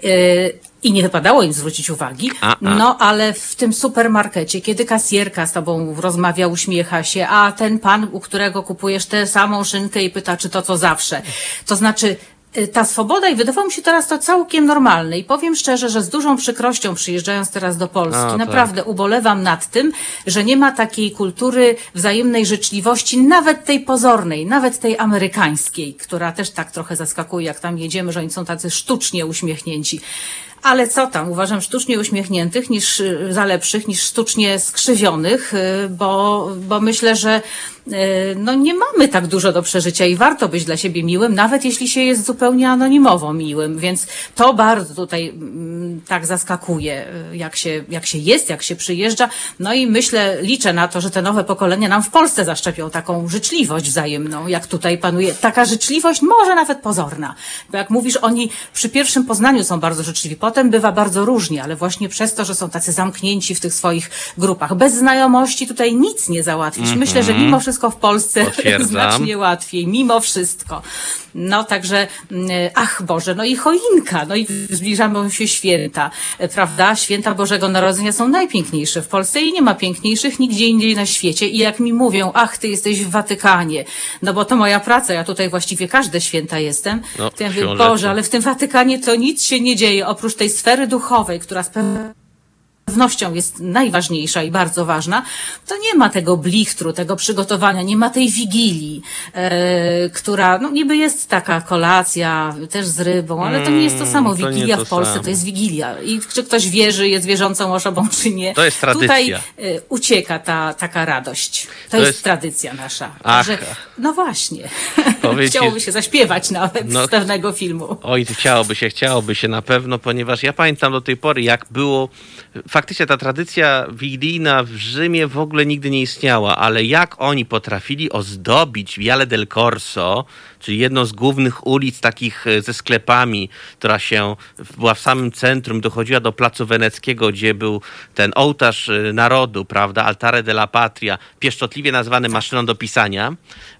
I nie wypadało im zwrócić uwagi, no ale w tym supermarkecie, kiedy kasjerka z tobą rozmawia, uśmiecha się, a ten pan, u którego kupujesz tę samą szynkę i pyta, czy to co zawsze. To znaczy, ta swoboda, i wydawało mi się teraz to całkiem normalne. I powiem szczerze, że z dużą przykrością, przyjeżdżając teraz do Polski, naprawdę ubolewam nad tym, że nie ma takiej kultury wzajemnej życzliwości, nawet tej pozornej, nawet tej amerykańskiej, która też tak trochę zaskakuje, jak tam jedziemy, że oni są tacy sztucznie uśmiechnięci. Ale co tam, uważam sztucznie uśmiechniętych za lepszych niż sztucznie skrzywionych, bo myślę, że no nie mamy tak dużo do przeżycia i warto być dla siebie miłym, nawet jeśli się jest zupełnie anonimowo miłym, więc to bardzo tutaj tak zaskakuje, jak się jest, jak się przyjeżdża. No i liczę na to, że te nowe pokolenia nam w Polsce zaszczepią taką życzliwość wzajemną, jak tutaj panuje. Taka życzliwość, może nawet pozorna, bo jak mówisz, oni przy pierwszym poznaniu są bardzo życzliwi, potem bywa bardzo różnie, ale właśnie przez to, że są tacy zamknięci w tych swoich grupach. Bez znajomości tutaj nic nie załatwisz. Myślę, że mimo wszystko w Polsce znacznie łatwiej, mimo wszystko. No także, ach Boże, no i choinka, no i zbliżamy się święta, prawda? Święta Bożego Narodzenia są najpiękniejsze w Polsce i nie ma piękniejszych nigdzie indziej na świecie. I jak mi mówią, ach, ty jesteś w Watykanie, no bo to moja praca, ja tutaj właściwie każde święta jestem, to ja mówię, Boże, ale w tym Watykanie to nic się nie dzieje, oprócz tej sfery duchowej, która z pewnością jest najważniejsza i bardzo ważna, to nie ma tego blichtru, tego przygotowania, nie ma tej wigilii, która, no niby jest taka kolacja, też z rybą, ale to nie jest to samo. Wigilia w Polsce to jest wigilia. I czy ktoś wierzy, jest wierzącą osobą, czy nie. To jest tradycja. Tutaj ucieka taka radość. To jest tradycja nasza. Także, no właśnie. Chciałoby się zaśpiewać nawet z pewnego filmu. Oj, chciałoby się na pewno, ponieważ ja pamiętam do tej pory, jak było. Faktycznie ta tradycja wigilijna w Rzymie w ogóle nigdy nie istniała, ale jak oni potrafili ozdobić Viale del Corso, czyli jedną z głównych ulic takich ze sklepami, która była w samym centrum, dochodziła do Placu Weneckiego, gdzie był ten ołtarz narodu, prawda, Altare della Patria, pieszczotliwie nazwany maszyną do pisania,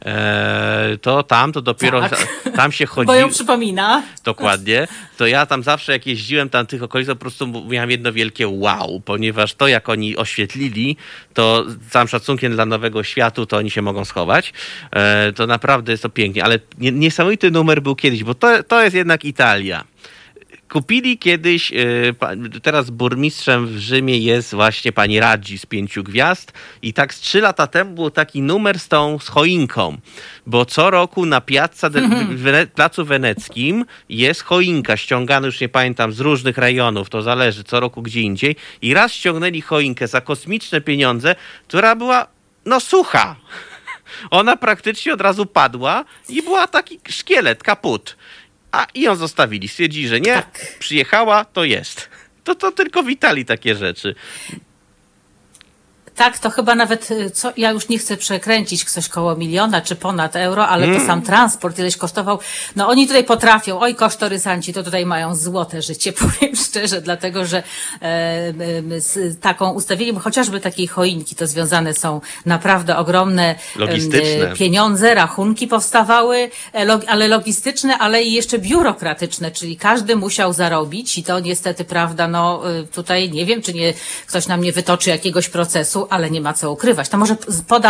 to dopiero tam się chodziło. Bo ją przypomina. Dokładnie. To ja tam zawsze, jak jeździłem tam tych okolic, po prostu miałem jedno wielkie wow, ponieważ to, jak oni oświetlili, to z całym szacunkiem dla Nowego Światu, to oni się mogą schować. To naprawdę jest to pięknie, ale niesamowity numer był kiedyś, bo to jest jednak Italia. Kupili kiedyś, teraz burmistrzem w Rzymie jest właśnie pani Raggi z 5 gwiazd i tak z 3 lata temu był taki numer z choinką, bo co roku na Placu Weneckim jest choinka ściągana, już nie pamiętam, z różnych rejonów, to zależy, co roku gdzie indziej, i raz ściągnęli choinkę za kosmiczne pieniądze, która była sucha. Ona praktycznie od razu padła i była taki szkielet, kaput. I ją zostawili. Stwierdzili, że nie, przyjechała, to jest. To tylko w Italii takie rzeczy. Tak, to chyba nawet, ja już nie chcę przekręcić coś koło 1 000 000 czy ponad euro, ale to sam transport ileś kosztował. No oni tutaj potrafią, kosztorysanci to tutaj mają złote życie, powiem szczerze, dlatego że z taką ustawieniem chociażby takiej choinki, to związane są naprawdę ogromne pieniądze, rachunki powstawały, ale logistyczne, ale i jeszcze biurokratyczne, czyli każdy musiał zarobić i to niestety, prawda, no tutaj nie wiem, czy nie ktoś nam nie wytoczy jakiegoś procesu, ale nie ma co ukrywać. To może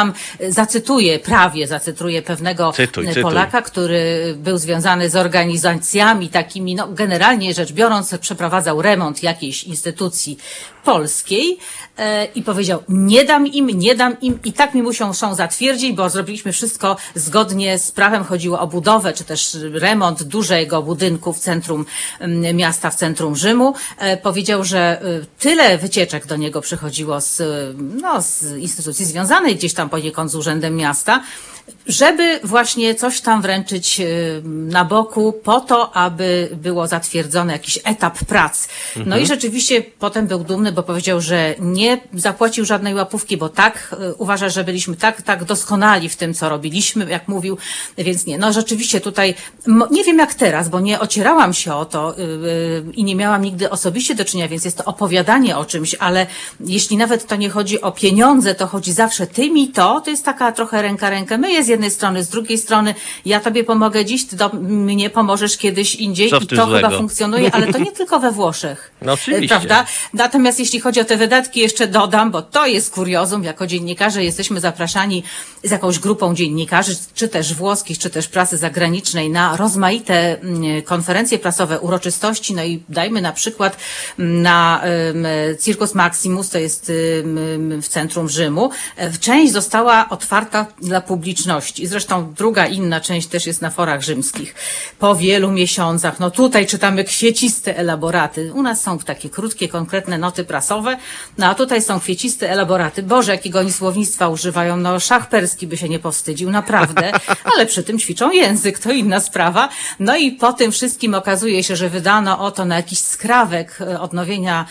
zacytuję pewnego Polaka, który był związany z organizacjami takimi, no generalnie rzecz biorąc, przeprowadzał remont jakiejś instytucji polskiej i powiedział, nie dam im i tak mi muszą zatwierdzić, bo zrobiliśmy wszystko zgodnie z prawem. Chodziło o budowę, czy też remont dużego budynku w centrum miasta, w centrum Rzymu. Powiedział, że tyle wycieczek do niego przychodziło z instytucji związanej gdzieś tam poniekąd z Urzędem Miasta, żeby właśnie coś tam wręczyć na boku po to, aby było zatwierdzony jakiś etap prac. No i rzeczywiście potem był dumny, bo powiedział, że nie zapłacił żadnej łapówki, bo tak uważa, że byliśmy tak doskonali w tym, co robiliśmy, jak mówił, więc nie. No rzeczywiście tutaj, nie wiem jak teraz, bo nie ocierałam się o to i nie miałam nigdy osobiście do czynienia, więc jest to opowiadanie o czymś, ale jeśli nawet to nie chodzi o pieniądze, to chodzi zawsze ty mi to jest taka trochę ręka rękę myje z jednej strony, z drugiej strony ja tobie pomogę dziś, ty mnie pomożesz kiedyś indziej i to chyba funkcjonuje, ale to nie tylko we Włoszech. No oczywiście. Prawda? Natomiast jeśli chodzi o te wydatki, jeszcze dodam, bo to jest kuriozum, jako dziennikarze jesteśmy zapraszani z jakąś grupą dziennikarzy, czy też włoskich, czy też prasy zagranicznej na rozmaite konferencje prasowe, uroczystości, no i dajmy na przykład na Circus Maximus, to jest w centrum Rzymu. Część została otwarta dla publiczności. Zresztą druga, inna część też jest na forach rzymskich. Po wielu miesiącach, no tutaj czytamy kwieciste elaboraty. U nas są takie krótkie, konkretne noty prasowe, no a tutaj są kwieciste elaboraty. Boże, jakiego oni słownictwa używają, no szach perski by się nie powstydził, naprawdę, ale przy tym ćwiczą język, to inna sprawa. No i po tym wszystkim okazuje się, że wydano oto na jakiś skrawek odnowienia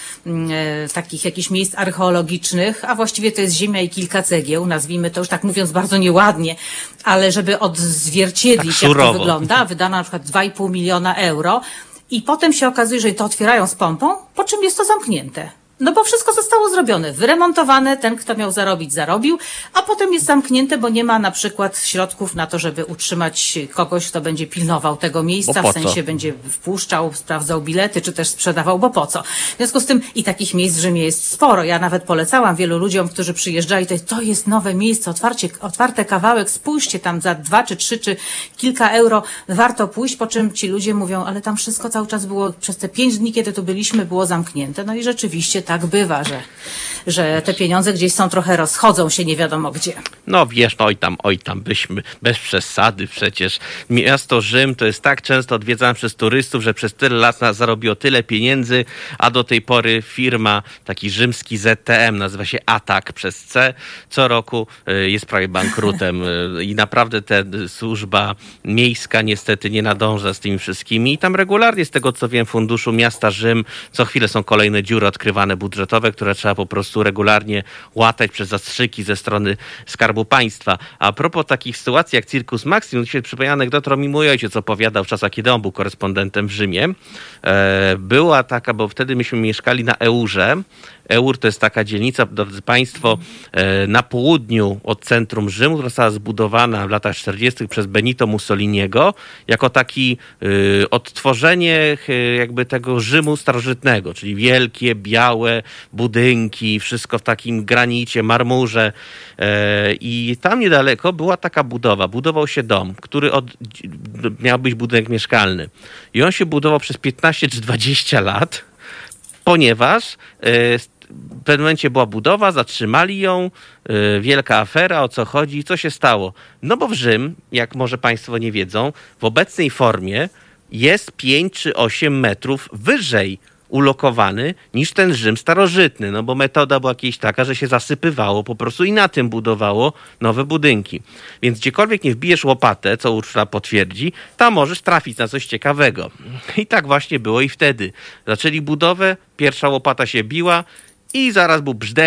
takich jakichś miejsc archeologicznych, a właściwie to jest ziemia i kilka cegieł, nazwijmy to już tak mówiąc bardzo nieładnie, ale żeby odzwierciedlić, tak jak to wygląda, wydano na przykład 2,5 miliona euro i potem się okazuje, że to otwierają z pompą, po czym jest to zamknięte. No bo wszystko zostało zrobione, wyremontowane, ten kto miał zarobić, zarobił, a potem jest zamknięte, bo nie ma na przykład środków na to, żeby utrzymać kogoś, kto będzie pilnował tego miejsca, w sensie będzie wpuszczał, sprawdzał bilety, czy też sprzedawał, bo po co. W związku z tym i takich miejsc w Rzymie jest sporo. Ja nawet polecałam wielu ludziom, którzy przyjeżdżali, to jest nowe miejsce, otwarte kawałek, spójrzcie tam za 2 czy 3 czy kilka euro warto pójść, po czym ci ludzie mówią, ale tam wszystko cały czas było, przez te 5 dni, kiedy tu byliśmy, było zamknięte. No i rzeczywiście tak bywa, że te pieniądze gdzieś są trochę rozchodzą się nie wiadomo gdzie. No wiesz, no oj tam, byśmy bez przesady przecież. Miasto Rzym to jest tak często odwiedzane przez turystów, że przez tyle lat zarobiło tyle pieniędzy, a do tej pory firma, taki rzymski ZTM, nazywa się Atak przez C, co roku jest prawie bankrutem i naprawdę ta służba miejska niestety nie nadąża z tymi wszystkimi i tam regularnie, z tego co wiem, Funduszu Miasta Rzym co chwilę są kolejne dziury odkrywane budżetowe, które trzeba po prostu regularnie łatać przez zastrzyki ze strony Skarbu Państwa. A propos takich sytuacji jak Circus Maximus, dzisiaj przypomina anegdotę, mi mój ojciec opowiadał w czasach, kiedy on był korespondentem w Rzymie. Była taka, bo wtedy myśmy mieszkali na Eurze. Eur to jest taka dzielnica, drodzy Państwo, na południu od centrum Rzymu, która została zbudowana w latach 40. przez Benito Mussoliniego jako taki odtworzenie jakby tego Rzymu starożytnego, czyli wielkie, białe budynki, wszystko w takim granicie, marmurze. I tam niedaleko była taka budowa. Budował się dom, który miał być budynek mieszkalny. I on się budował przez 15 czy 20 lat, ponieważ w pewnym momencie była budowa, zatrzymali ją, wielka afera, o co chodzi, co się stało? No bo w Rzym, jak może Państwo nie wiedzą, w obecnej formie jest 5 czy 8 metrów wyżej ulokowany niż ten Rzym starożytny, no bo metoda była jakaś taka, że się zasypywało po prostu i na tym budowało nowe budynki. Więc gdziekolwiek nie wbijesz łopatę, co Urszula potwierdzi, tam możesz trafić na coś ciekawego. I tak właśnie było i wtedy. Zaczęli budowę, pierwsza łopata się biła i zaraz był brzdęk,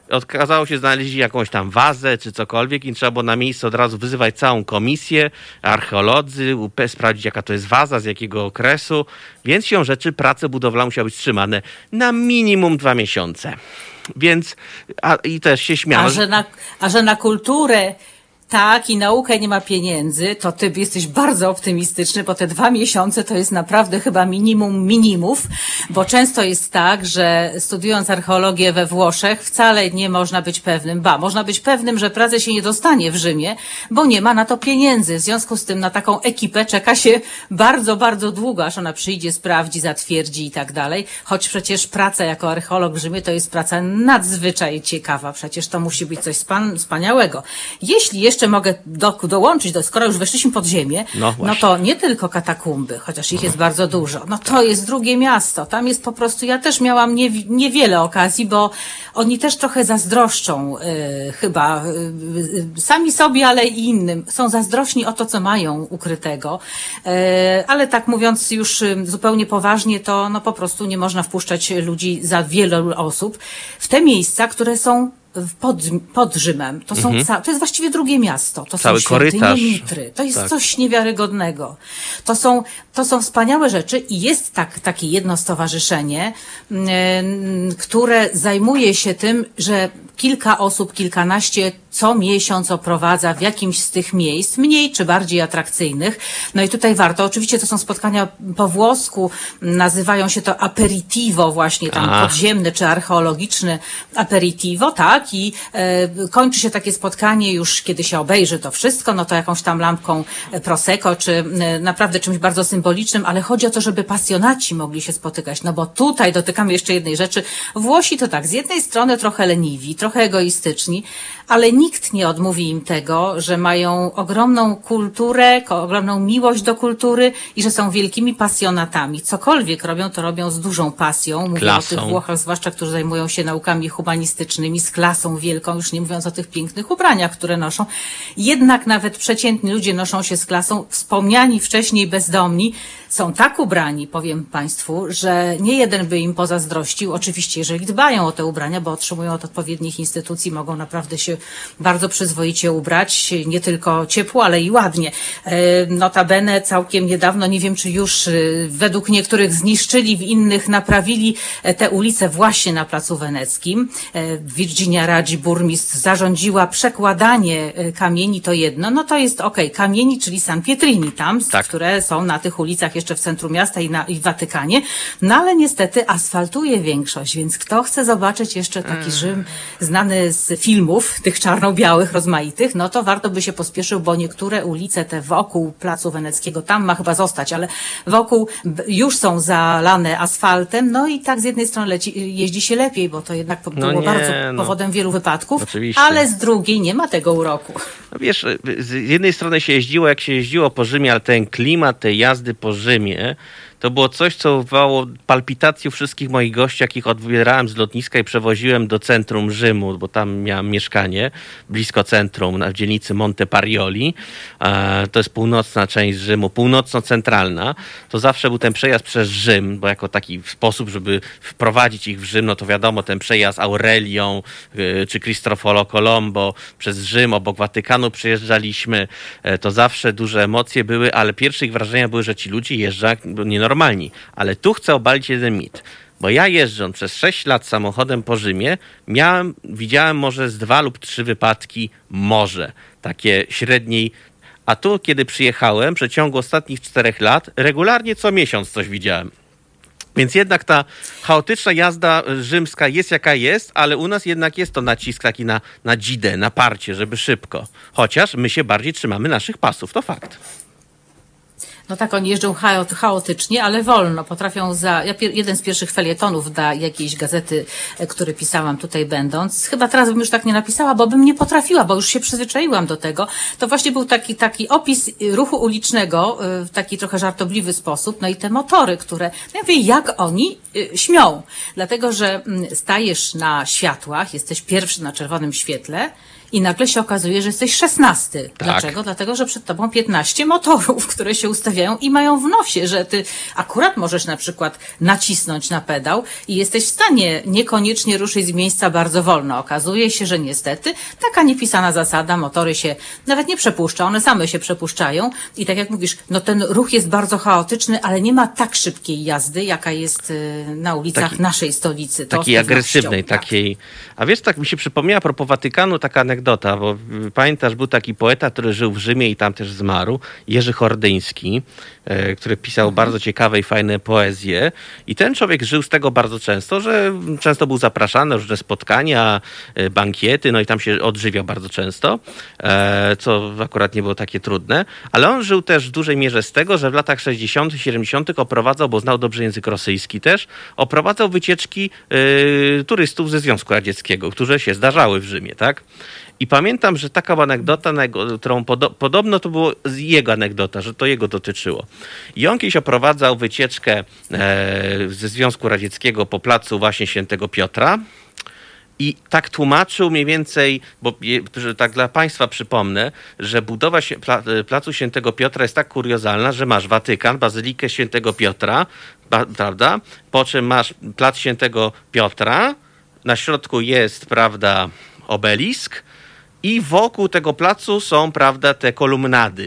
Okazało się, znaleźli jakąś tam wazę czy cokolwiek i trzeba było na miejsce od razu wyzywać całą komisję, archeolodzy, sprawdzić jaka to jest waza, z jakiego okresu, więc siłą rzeczy prace budowlane musiały być wstrzymane na minimum 2 miesiące. Więc, i też się śmiałem. A że na kulturę tak i naukę nie ma pieniędzy, to ty jesteś bardzo optymistyczny, bo te 2 miesiące to jest naprawdę chyba minimum minimów, bo często jest tak, że studiując archeologię we Włoszech wcale nie można być pewnym, można być pewnym, że pracę się nie dostanie w Rzymie, bo nie ma na to pieniędzy. W związku z tym na taką ekipę czeka się bardzo, bardzo długo, aż ona przyjdzie, sprawdzi, zatwierdzi i tak dalej, choć przecież praca jako archeolog w Rzymie to jest praca nadzwyczaj ciekawa, przecież to musi być coś wspaniałego. Jeśli jeszcze mogę dołączyć, skoro już weszliśmy pod ziemię, no to nie tylko katakumby, chociaż ich jest bardzo dużo. No to jest drugie miasto. Tam jest po prostu, ja też miałam niewiele okazji, bo oni też trochę zazdroszczą chyba sami sobie, ale i innym. Są zazdrośni o to, co mają ukrytego. Ale tak mówiąc już zupełnie poważnie, to no po prostu nie można wpuszczać ludzi za wielu osób w te miejsca, które są pod Rzymem. To jest właściwie drugie miasto. To cały są świątynie korytarz. Mitry. To jest coś niewiarygodnego. To są wspaniałe rzeczy i jest takie jedno stowarzyszenie, które zajmuje się tym, że kilka osób, kilkanaście co miesiąc oprowadza w jakimś z tych miejsc, mniej czy bardziej atrakcyjnych. No i tutaj warto, oczywiście to są spotkania po włosku, nazywają się to aperitivo właśnie, tam podziemne czy archeologiczne aperitivo, tak? I kończy się takie spotkanie już, kiedy się obejrzy to wszystko, no to jakąś tam lampką prosecco, czy naprawdę czymś bardzo symbolicznym, ale chodzi o to, żeby pasjonaci mogli się spotykać, no bo tutaj dotykamy jeszcze jednej rzeczy. Włosi to tak, z jednej strony trochę leniwi, trochę egoistyczni, ale nikt nie odmówi im tego, że mają ogromną kulturę, ogromną miłość do kultury i że są wielkimi pasjonatami. Cokolwiek robią, to robią z dużą pasją. Mówię o tych Włochach, zwłaszcza, którzy zajmują się naukami humanistycznymi, z klasą wielką, już nie mówiąc o tych pięknych ubraniach, które noszą. Jednak nawet przeciętni ludzie noszą się z klasą. Wspomniani wcześniej bezdomni są tak ubrani, powiem Państwu, że nie jeden by im pozazdrościł. Oczywiście, jeżeli dbają o te ubrania, bo otrzymują od odpowiednich instytucji, mogą naprawdę się bardzo przyzwoicie ubrać, nie tylko ciepło, ale i ładnie. Notabene całkiem niedawno, nie wiem czy już według niektórych zniszczyli, w innych naprawili te ulice właśnie na Placu Weneckim. Virginia Raggi, burmistrz, zarządziła przekładanie kamieni, to jedno, no to jest kamieni, czyli San Pietrini tam, które są na tych ulicach jeszcze w centrum miasta i w Watykanie, no ale niestety asfaltuje większość, więc kto chce zobaczyć jeszcze taki Rzym znany z filmów, tych czarno-białych, rozmaitych, no to warto by się pospieszył, bo niektóre ulice te wokół Placu Weneckiego, tam ma chyba zostać, ale wokół już są zalane asfaltem, no i tak z jednej strony jeździ się lepiej, bo to jednak było bardzo powodem wielu wypadków, oczywiście. Ale z drugiej nie ma tego uroku. No wiesz, z jednej strony się jeździło, jak się jeździło po Rzymie, ale ten klimat tej jazdy po Rzymie, to było coś, co wywołało palpitację wszystkich moich gości, jakich odbierałem z lotniska i przewoziłem do centrum Rzymu, bo tam miałem mieszkanie blisko centrum, w dzielnicy Monte Parioli. To jest północna część Rzymu, północno-centralna. To zawsze był ten przejazd przez Rzym, bo jako taki sposób, żeby wprowadzić ich w Rzym, no to wiadomo, ten przejazd Aurelią czy Cristoforo Colombo przez Rzym, obok Watykanu przyjeżdżaliśmy. To zawsze duże emocje były, ale pierwsze ich wrażenia były, że ci ludzie jeżdżą nienormalni. Ale tu chcę obalić jeden mit. Bo ja jeżdżąc przez 6 lat samochodem po Rzymie, widziałem może z 2 lub 3 wypadki, może takie średniej. A tu, kiedy przyjechałem, w przeciągu ostatnich 4 lat, regularnie co miesiąc coś widziałem. Więc jednak ta chaotyczna jazda rzymska jest jaka jest, ale u nas jednak jest to nacisk taki na dzidę, na parcie, żeby szybko. Chociaż my się bardziej trzymamy naszych pasów, to fakt. No tak, oni jeżdżą chaotycznie, ale wolno. Potrafią jeden z pierwszych felietonów dla jakiejś gazety, który pisałam tutaj będąc, chyba teraz bym już tak nie napisała, bo bym nie potrafiła, bo już się przyzwyczaiłam do tego. To właśnie był taki opis ruchu ulicznego w taki trochę żartobliwy sposób. No i te motory, które, ja mówię, jak oni śmią. Dlatego, że stajesz na światłach, jesteś pierwszy na czerwonym świetle i nagle się okazuje, że jesteś 16. Tak. Dlaczego? Dlatego, że przed tobą 15 motorów, które się ustawiają i mają w nosie, że ty akurat możesz na przykład nacisnąć na pedał i jesteś w stanie niekoniecznie ruszyć z miejsca bardzo wolno. Okazuje się, że niestety taka niepisana zasada, motory się nawet nie przepuszcza, one same się przepuszczają i tak jak mówisz, no ten ruch jest bardzo chaotyczny, ale nie ma tak szybkiej jazdy, jaka jest na ulicach naszej stolicy. To takiej agresywnej, tak. takiej... A wiesz, tak mi się przypomniała a propos Watykanu taka anegdota, bo pamiętasz, był taki poeta, który żył w Rzymie i tam też zmarł, Jerzy Hordyński, który pisał bardzo ciekawe i fajne poezje i ten człowiek żył z tego bardzo często, że często był zapraszany na różne spotkania, bankiety, no i tam się odżywiał bardzo często, co akurat nie było takie trudne, ale on żył też w dużej mierze z tego, że w latach 60., 70. oprowadzał, bo znał dobrze język rosyjski też, oprowadzał wycieczki turystów ze Związku Radzieckiego, które się zdarzały w Rzymie, tak? I pamiętam, że taka anegdota, którą podobno to była jego anegdota, że to jego dotyczyło. I on kiedyś oprowadzał wycieczkę ze Związku Radzieckiego po placu właśnie Świętego Piotra. I tak tłumaczył mniej więcej, bo że tak dla Państwa przypomnę, że budowa placu Świętego Piotra jest tak kuriozalna, że masz Watykan, Bazylikę Świętego Piotra, prawda? Po czym masz plac Świętego Piotra, na środku jest, prawda, obelisk i wokół tego placu są, prawda, te kolumnady.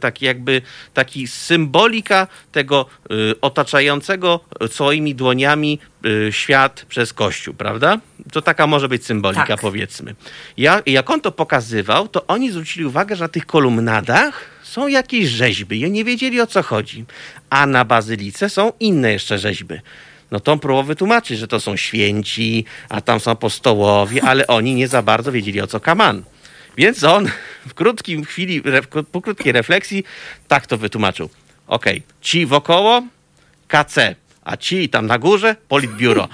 Taki symbolika tego otaczającego swoimi dłoniami świat przez Kościół, prawda? To taka może być symbolika, tak. Powiedzmy. Jak on to pokazywał, to oni zwrócili uwagę, że na tych kolumnadach są jakieś rzeźby i oni nie wiedzieli, o co chodzi. A na bazylice są inne jeszcze rzeźby. No to on próbował wytłumaczyć, że to są święci, a tam są apostołowie, ale oni nie za bardzo wiedzieli, o co kaman. Więc on po krótkiej refleksji tak to wytłumaczył. Okej, ci wokoło KC, a ci tam na górze Politbiuro.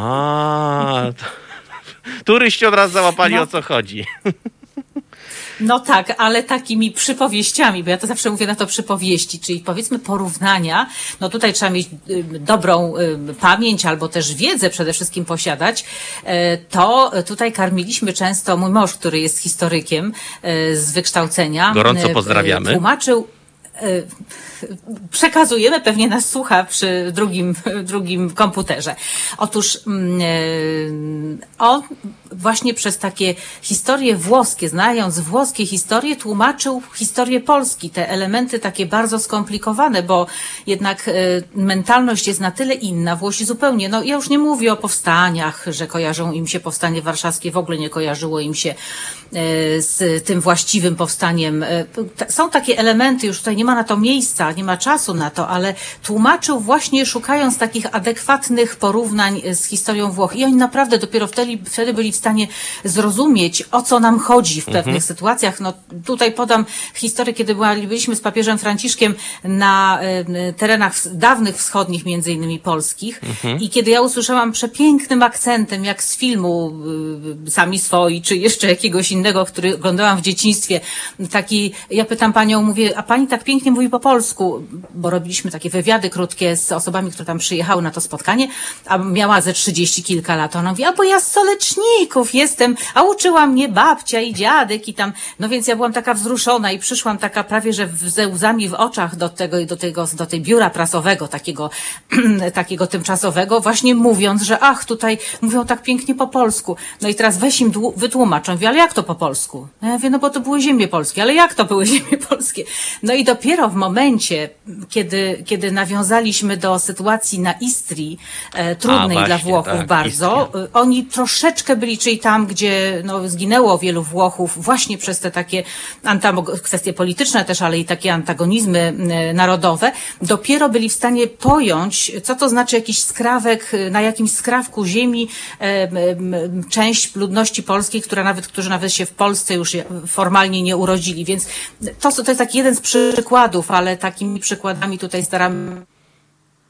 Turyści od razu załapali, o co chodzi. No tak, ale takimi przypowieściami, bo ja to zawsze mówię na to przypowieści, czyli powiedzmy porównania, no tutaj trzeba mieć dobrą pamięć albo też wiedzę przede wszystkim posiadać, to tutaj karmiliśmy często, mój mąż, który jest historykiem z wykształcenia. Gorąco pozdrawiamy. Tłumaczył, przekazujemy, pewnie nas słucha przy drugim komputerze. Otóż on właśnie przez takie historie włoskie, znając włoskie historie, tłumaczył historię Polski, te elementy takie bardzo skomplikowane, bo jednak mentalność jest na tyle inna. Włosi zupełnie, no ja już nie mówię o powstaniach, że kojarzą im się powstanie warszawskie, w ogóle nie kojarzyło im się z tym właściwym powstaniem. Są takie elementy, już tutaj nie ma na to miejsca, nie ma czasu na to, ale tłumaczył właśnie szukając takich adekwatnych porównań z historią Włoch. I oni naprawdę dopiero wtedy byli w stanie zrozumieć, o co nam chodzi w pewnych sytuacjach. No tutaj podam historię, kiedy byliśmy z papieżem Franciszkiem na terenach dawnych wschodnich, między innymi polskich. I kiedy ja usłyszałam przepięknym akcentem, jak z filmu Sami Swoi, czy jeszcze jakiegoś innego, który oglądałam w dzieciństwie, ja pytam panią, mówię, a pani tak pięknie mówi po polsku, bo robiliśmy takie wywiady krótkie z osobami, które tam przyjechały na to spotkanie, a miała ze 30 kilka lat. Ona mówi, a bo ja z Soleczników jestem, a uczyła mnie babcia i dziadek i tam, no więc ja byłam taka wzruszona i przyszłam taka prawie, że ze łzami w oczach do tej biura prasowego, takiego tymczasowego, właśnie mówiąc, że tutaj mówią tak pięknie po polsku. No i teraz weź im wytłumaczą, ale jak to po polsku? No ja mówię, no bo to były ziemie polskie, ale jak to były ziemie polskie? No i dopiero w momencie, kiedy nawiązaliśmy do sytuacji na Istrii, trudnej właśnie, dla Włochów tak, bardzo, Istria. Oni troszeczkę byli, czyli tam, gdzie zginęło wielu Włochów właśnie przez te takie kwestie polityczne też, ale i takie antagonizmy narodowe, dopiero byli w stanie pojąć, co to znaczy jakiś skrawek, na jakimś skrawku ziemi, część ludności polskiej, którzy nawet się w Polsce już formalnie nie urodzili, więc to jest taki jeden z przykładów, ale takimi przykładami tutaj staramy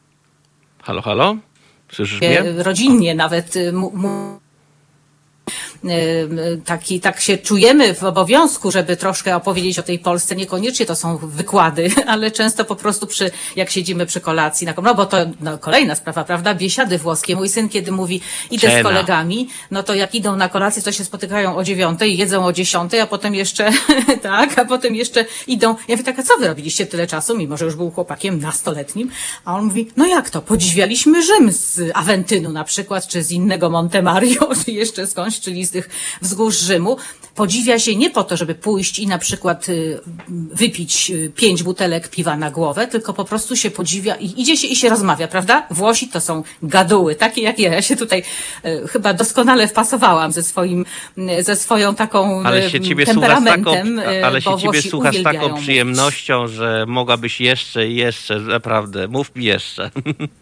Halo? Słyszysz mnie? rodzinnie nawet tak się czujemy w obowiązku, żeby troszkę opowiedzieć o tej Polsce. Niekoniecznie to są wykłady, ale często po prostu jak siedzimy przy kolacji, no bo to kolejna sprawa, prawda? Biesiady włoskie. Mój syn, kiedy mówi, idę z kolegami, no to jak idą na kolację, to się spotykają o 9:00, jedzą o 10:00, a potem jeszcze, a potem jeszcze idą. Ja mówię, a co wy robiliście tyle czasu, mimo że już był chłopakiem nastoletnim? A on mówi, no jak to? Podziwialiśmy Rzym z Aventynu na przykład, czy z innego Monte Mario, czy jeszcze skądś, czyli z tych wzgórz Rzymu. Podziwia się nie po to, żeby pójść i na przykład wypić 5 butelek piwa na głowę, tylko po prostu się podziwia i idzie się i się rozmawia, prawda? Włosi to są gaduły, takie jak ja. Ja się tutaj chyba doskonale wpasowałam ze swoją taką temperamentem. Ale się ciebie słucha z taką przyjemnością, że mogłabyś jeszcze, naprawdę, mów mi jeszcze.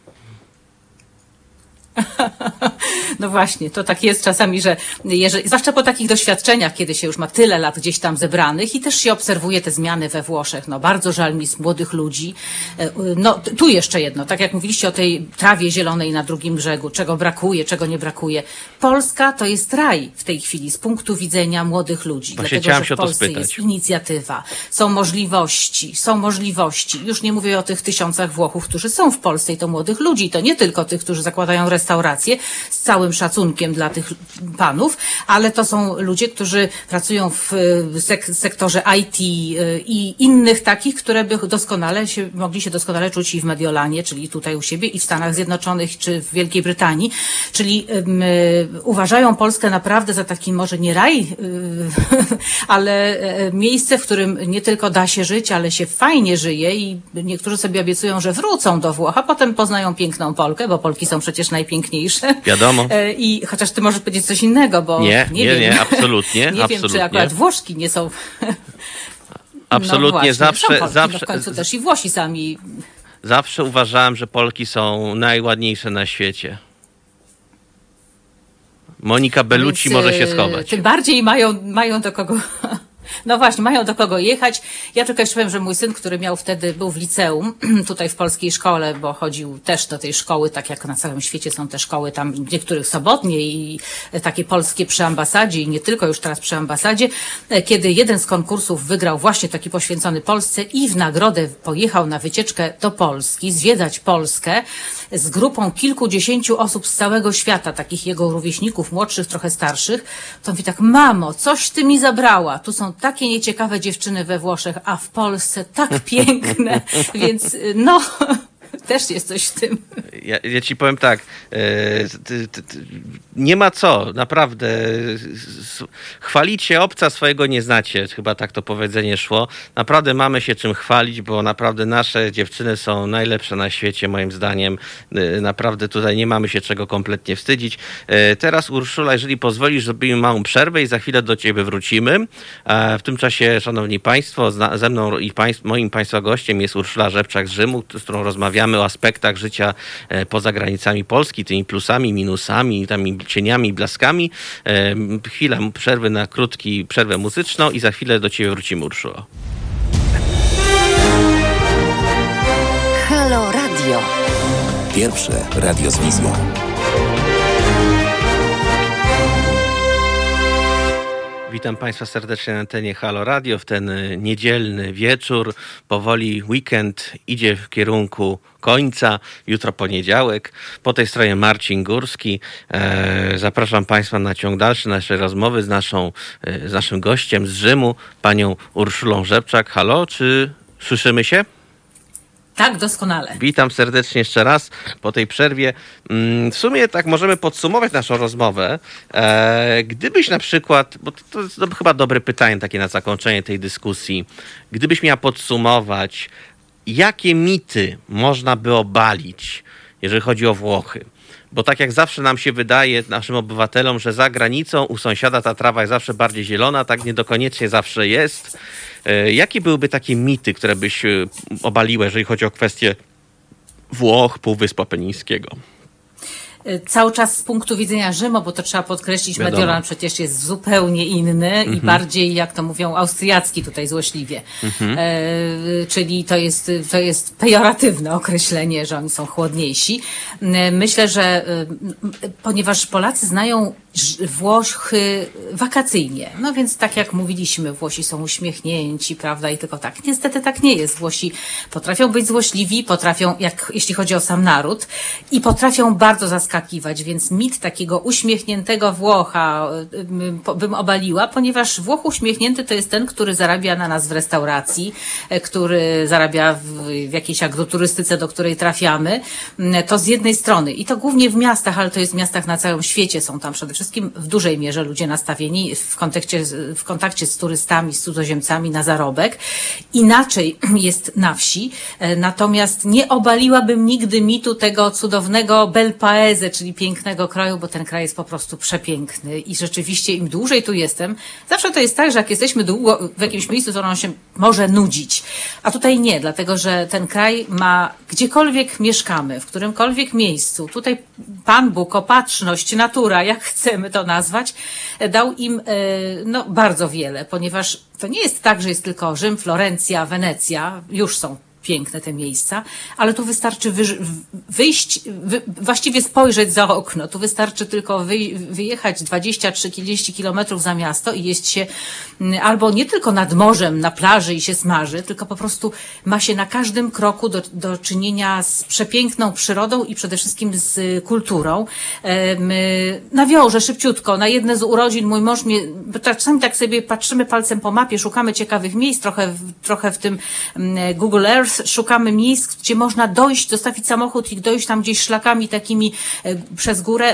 No właśnie, to tak jest czasami, że zwłaszcza po takich doświadczeniach, kiedy się już ma tyle lat gdzieś tam zebranych i też się obserwuje te zmiany we Włoszech. No bardzo żal mi z młodych ludzi. No tu jeszcze jedno, tak jak mówiliście o tej trawie zielonej na drugim brzegu, czego brakuje, czego nie brakuje. Polska to jest raj w tej chwili z punktu widzenia młodych ludzi. Dlatego, że w Polsce jest inicjatywa, są możliwości. Już nie mówię o tych tysiącach Włochów, którzy są w Polsce i to młodych ludzi. To nie tylko tych, którzy zakładają restauracje, z całym szacunkiem dla tych panów, ale to są ludzie, którzy pracują w sektorze IT i innych takich, które by mogli się doskonale czuć i w Mediolanie, czyli tutaj u siebie, i w Stanach Zjednoczonych, czy w Wielkiej Brytanii. Czyli uważają Polskę naprawdę za taki może nie raj, ale miejsce, w którym nie tylko da się żyć, ale się fajnie żyje i niektórzy sobie obiecują, że wrócą do Włoch, a potem poznają piękną Polkę, bo Polki są przecież najpiękniejsze. Wiadomo. I chociaż ty możesz powiedzieć coś innego, bo nie wiem, absolutnie. Nie wiem, czy akurat Włoszki nie są. Absolutnie, no właśnie, zawsze. W końcu też i Włosi sami. Zawsze uważałem, że Polki są najładniejsze na świecie. Monika Bellucci może się schować. Tym bardziej mają do kogo. No właśnie, mają do kogo jechać. Ja tylko jeszcze powiem, że mój syn, który był w liceum, tutaj w polskiej szkole, bo chodził też do tej szkoły, tak jak na całym świecie są te szkoły tam niektórych sobotnie i takie polskie przy ambasadzie i nie tylko już teraz przy ambasadzie, kiedy jeden z konkursów wygrał właśnie taki poświęcony Polsce i w nagrodę pojechał na wycieczkę do Polski, zwiedzać Polskę z grupą kilkudziesięciu osób z całego świata, takich jego rówieśników, młodszych, trochę starszych, to mówi tak, mamo, coś ty mi zabrała, tu są takie nieciekawe dziewczyny we Włoszech, a w Polsce tak piękne, więc no, też jest coś w tym. Ja ci powiem tak, nie ma co, naprawdę, chwalić się obca swojego nie znacie, chyba tak to powiedzenie szło. Naprawdę mamy się czym chwalić, bo naprawdę nasze dziewczyny są najlepsze na świecie, moim zdaniem. Naprawdę tutaj nie mamy się czego kompletnie wstydzić. Teraz, Urszula, jeżeli pozwolisz, zrobimy małą przerwę i za chwilę do ciebie wrócimy. W tym czasie, szanowni państwo, ze mną i moim państwa gościem jest Urszula Rzepczak z Rzymu, z którą rozmawiamy o aspektach życia poza granicami Polski, tymi plusami, minusami, tam cieniami, blaskami. Chwila przerwy na przerwę muzyczną i za chwilę do ciebie wrócimy, Urszulo. Halo Radio. Pierwsze radio z wizją. Witam Państwa serdecznie na antenie Halo Radio w ten niedzielny wieczór. Powoli weekend idzie w kierunku końca. Jutro poniedziałek. Po tej stronie Marcin Górski. Zapraszam Państwa na ciąg dalszy naszej rozmowy z naszym gościem z Rzymu, panią Urszulą Rzepczak. Halo, czy słyszymy się? Tak, doskonale. Witam serdecznie jeszcze raz po tej przerwie. W sumie tak możemy podsumować naszą rozmowę. Gdybyś na przykład, bo to jest chyba dobre pytanie takie na zakończenie tej dyskusji, gdybyś miała podsumować, jakie mity można by obalić, jeżeli chodzi o Włochy? Bo tak jak zawsze nam się wydaje, naszym obywatelom, że za granicą u sąsiada ta trawa jest zawsze bardziej zielona, tak niekoniecznie zawsze jest. Jakie byłyby takie mity, które byś obaliła, jeżeli chodzi o kwestię Włoch, Półwyspu Apenińskiego? cały czas z punktu widzenia Rzymu, bo to trzeba podkreślić, Mediolan przecież jest zupełnie inny i bardziej, jak to mówią, austriacki tutaj złośliwie. Czyli to jest pejoratywne określenie, że oni są chłodniejsi. Myślę, że ponieważ Polacy znają Włochy wakacyjnie, no więc tak jak mówiliśmy, Włosi są uśmiechnięci, prawda, i tylko tak. Niestety tak nie jest. Włosi potrafią być złośliwi, potrafią, jeśli chodzi o sam naród, i potrafią bardzo zaskakiwać, więc mit takiego uśmiechniętego Włocha bym obaliła, ponieważ Włoch uśmiechnięty to jest ten, który zarabia na nas w restauracji, który zarabia w jakiejś agroturystyce, do której trafiamy. To z jednej strony i to głównie w miastach, ale to jest w miastach na całym świecie, są tam przede wszystkim w dużej mierze ludzie nastawieni w kontakcie z turystami, z cudzoziemcami na zarobek. Inaczej jest na wsi, natomiast nie obaliłabym nigdy mitu tego cudownego Bel Paese, czyli pięknego kraju, bo ten kraj jest po prostu przepiękny i rzeczywiście im dłużej tu jestem, zawsze to jest tak, że jak jesteśmy długo w jakimś miejscu, to on się może nudzić. A tutaj nie, dlatego że ten kraj ma, gdziekolwiek mieszkamy, w którymkolwiek miejscu, tutaj Pan Bóg, opatrzność, natura, jak chcemy to nazwać, dał im bardzo wiele, ponieważ to nie jest tak, że jest tylko Rzym, Florencja, Wenecja, już są piękne te miejsca, ale tu wystarczy wyjść, właściwie spojrzeć za okno. Tu wystarczy tylko wyjechać 20-30 kilometrów za miasto i jest się albo nie tylko nad morzem, na plaży i się smaży, tylko po prostu ma się na każdym kroku do czynienia z przepiękną przyrodą i przede wszystkim z kulturą. Nawiążę szybciutko. Na jedne z urodzin mój mąż czasami tak sobie patrzymy palcem po mapie, szukamy ciekawych miejsc, trochę w tym Google Earth, szukamy miejsc, gdzie można dojść, zostawić samochód i dojść tam gdzieś szlakami takimi przez górę.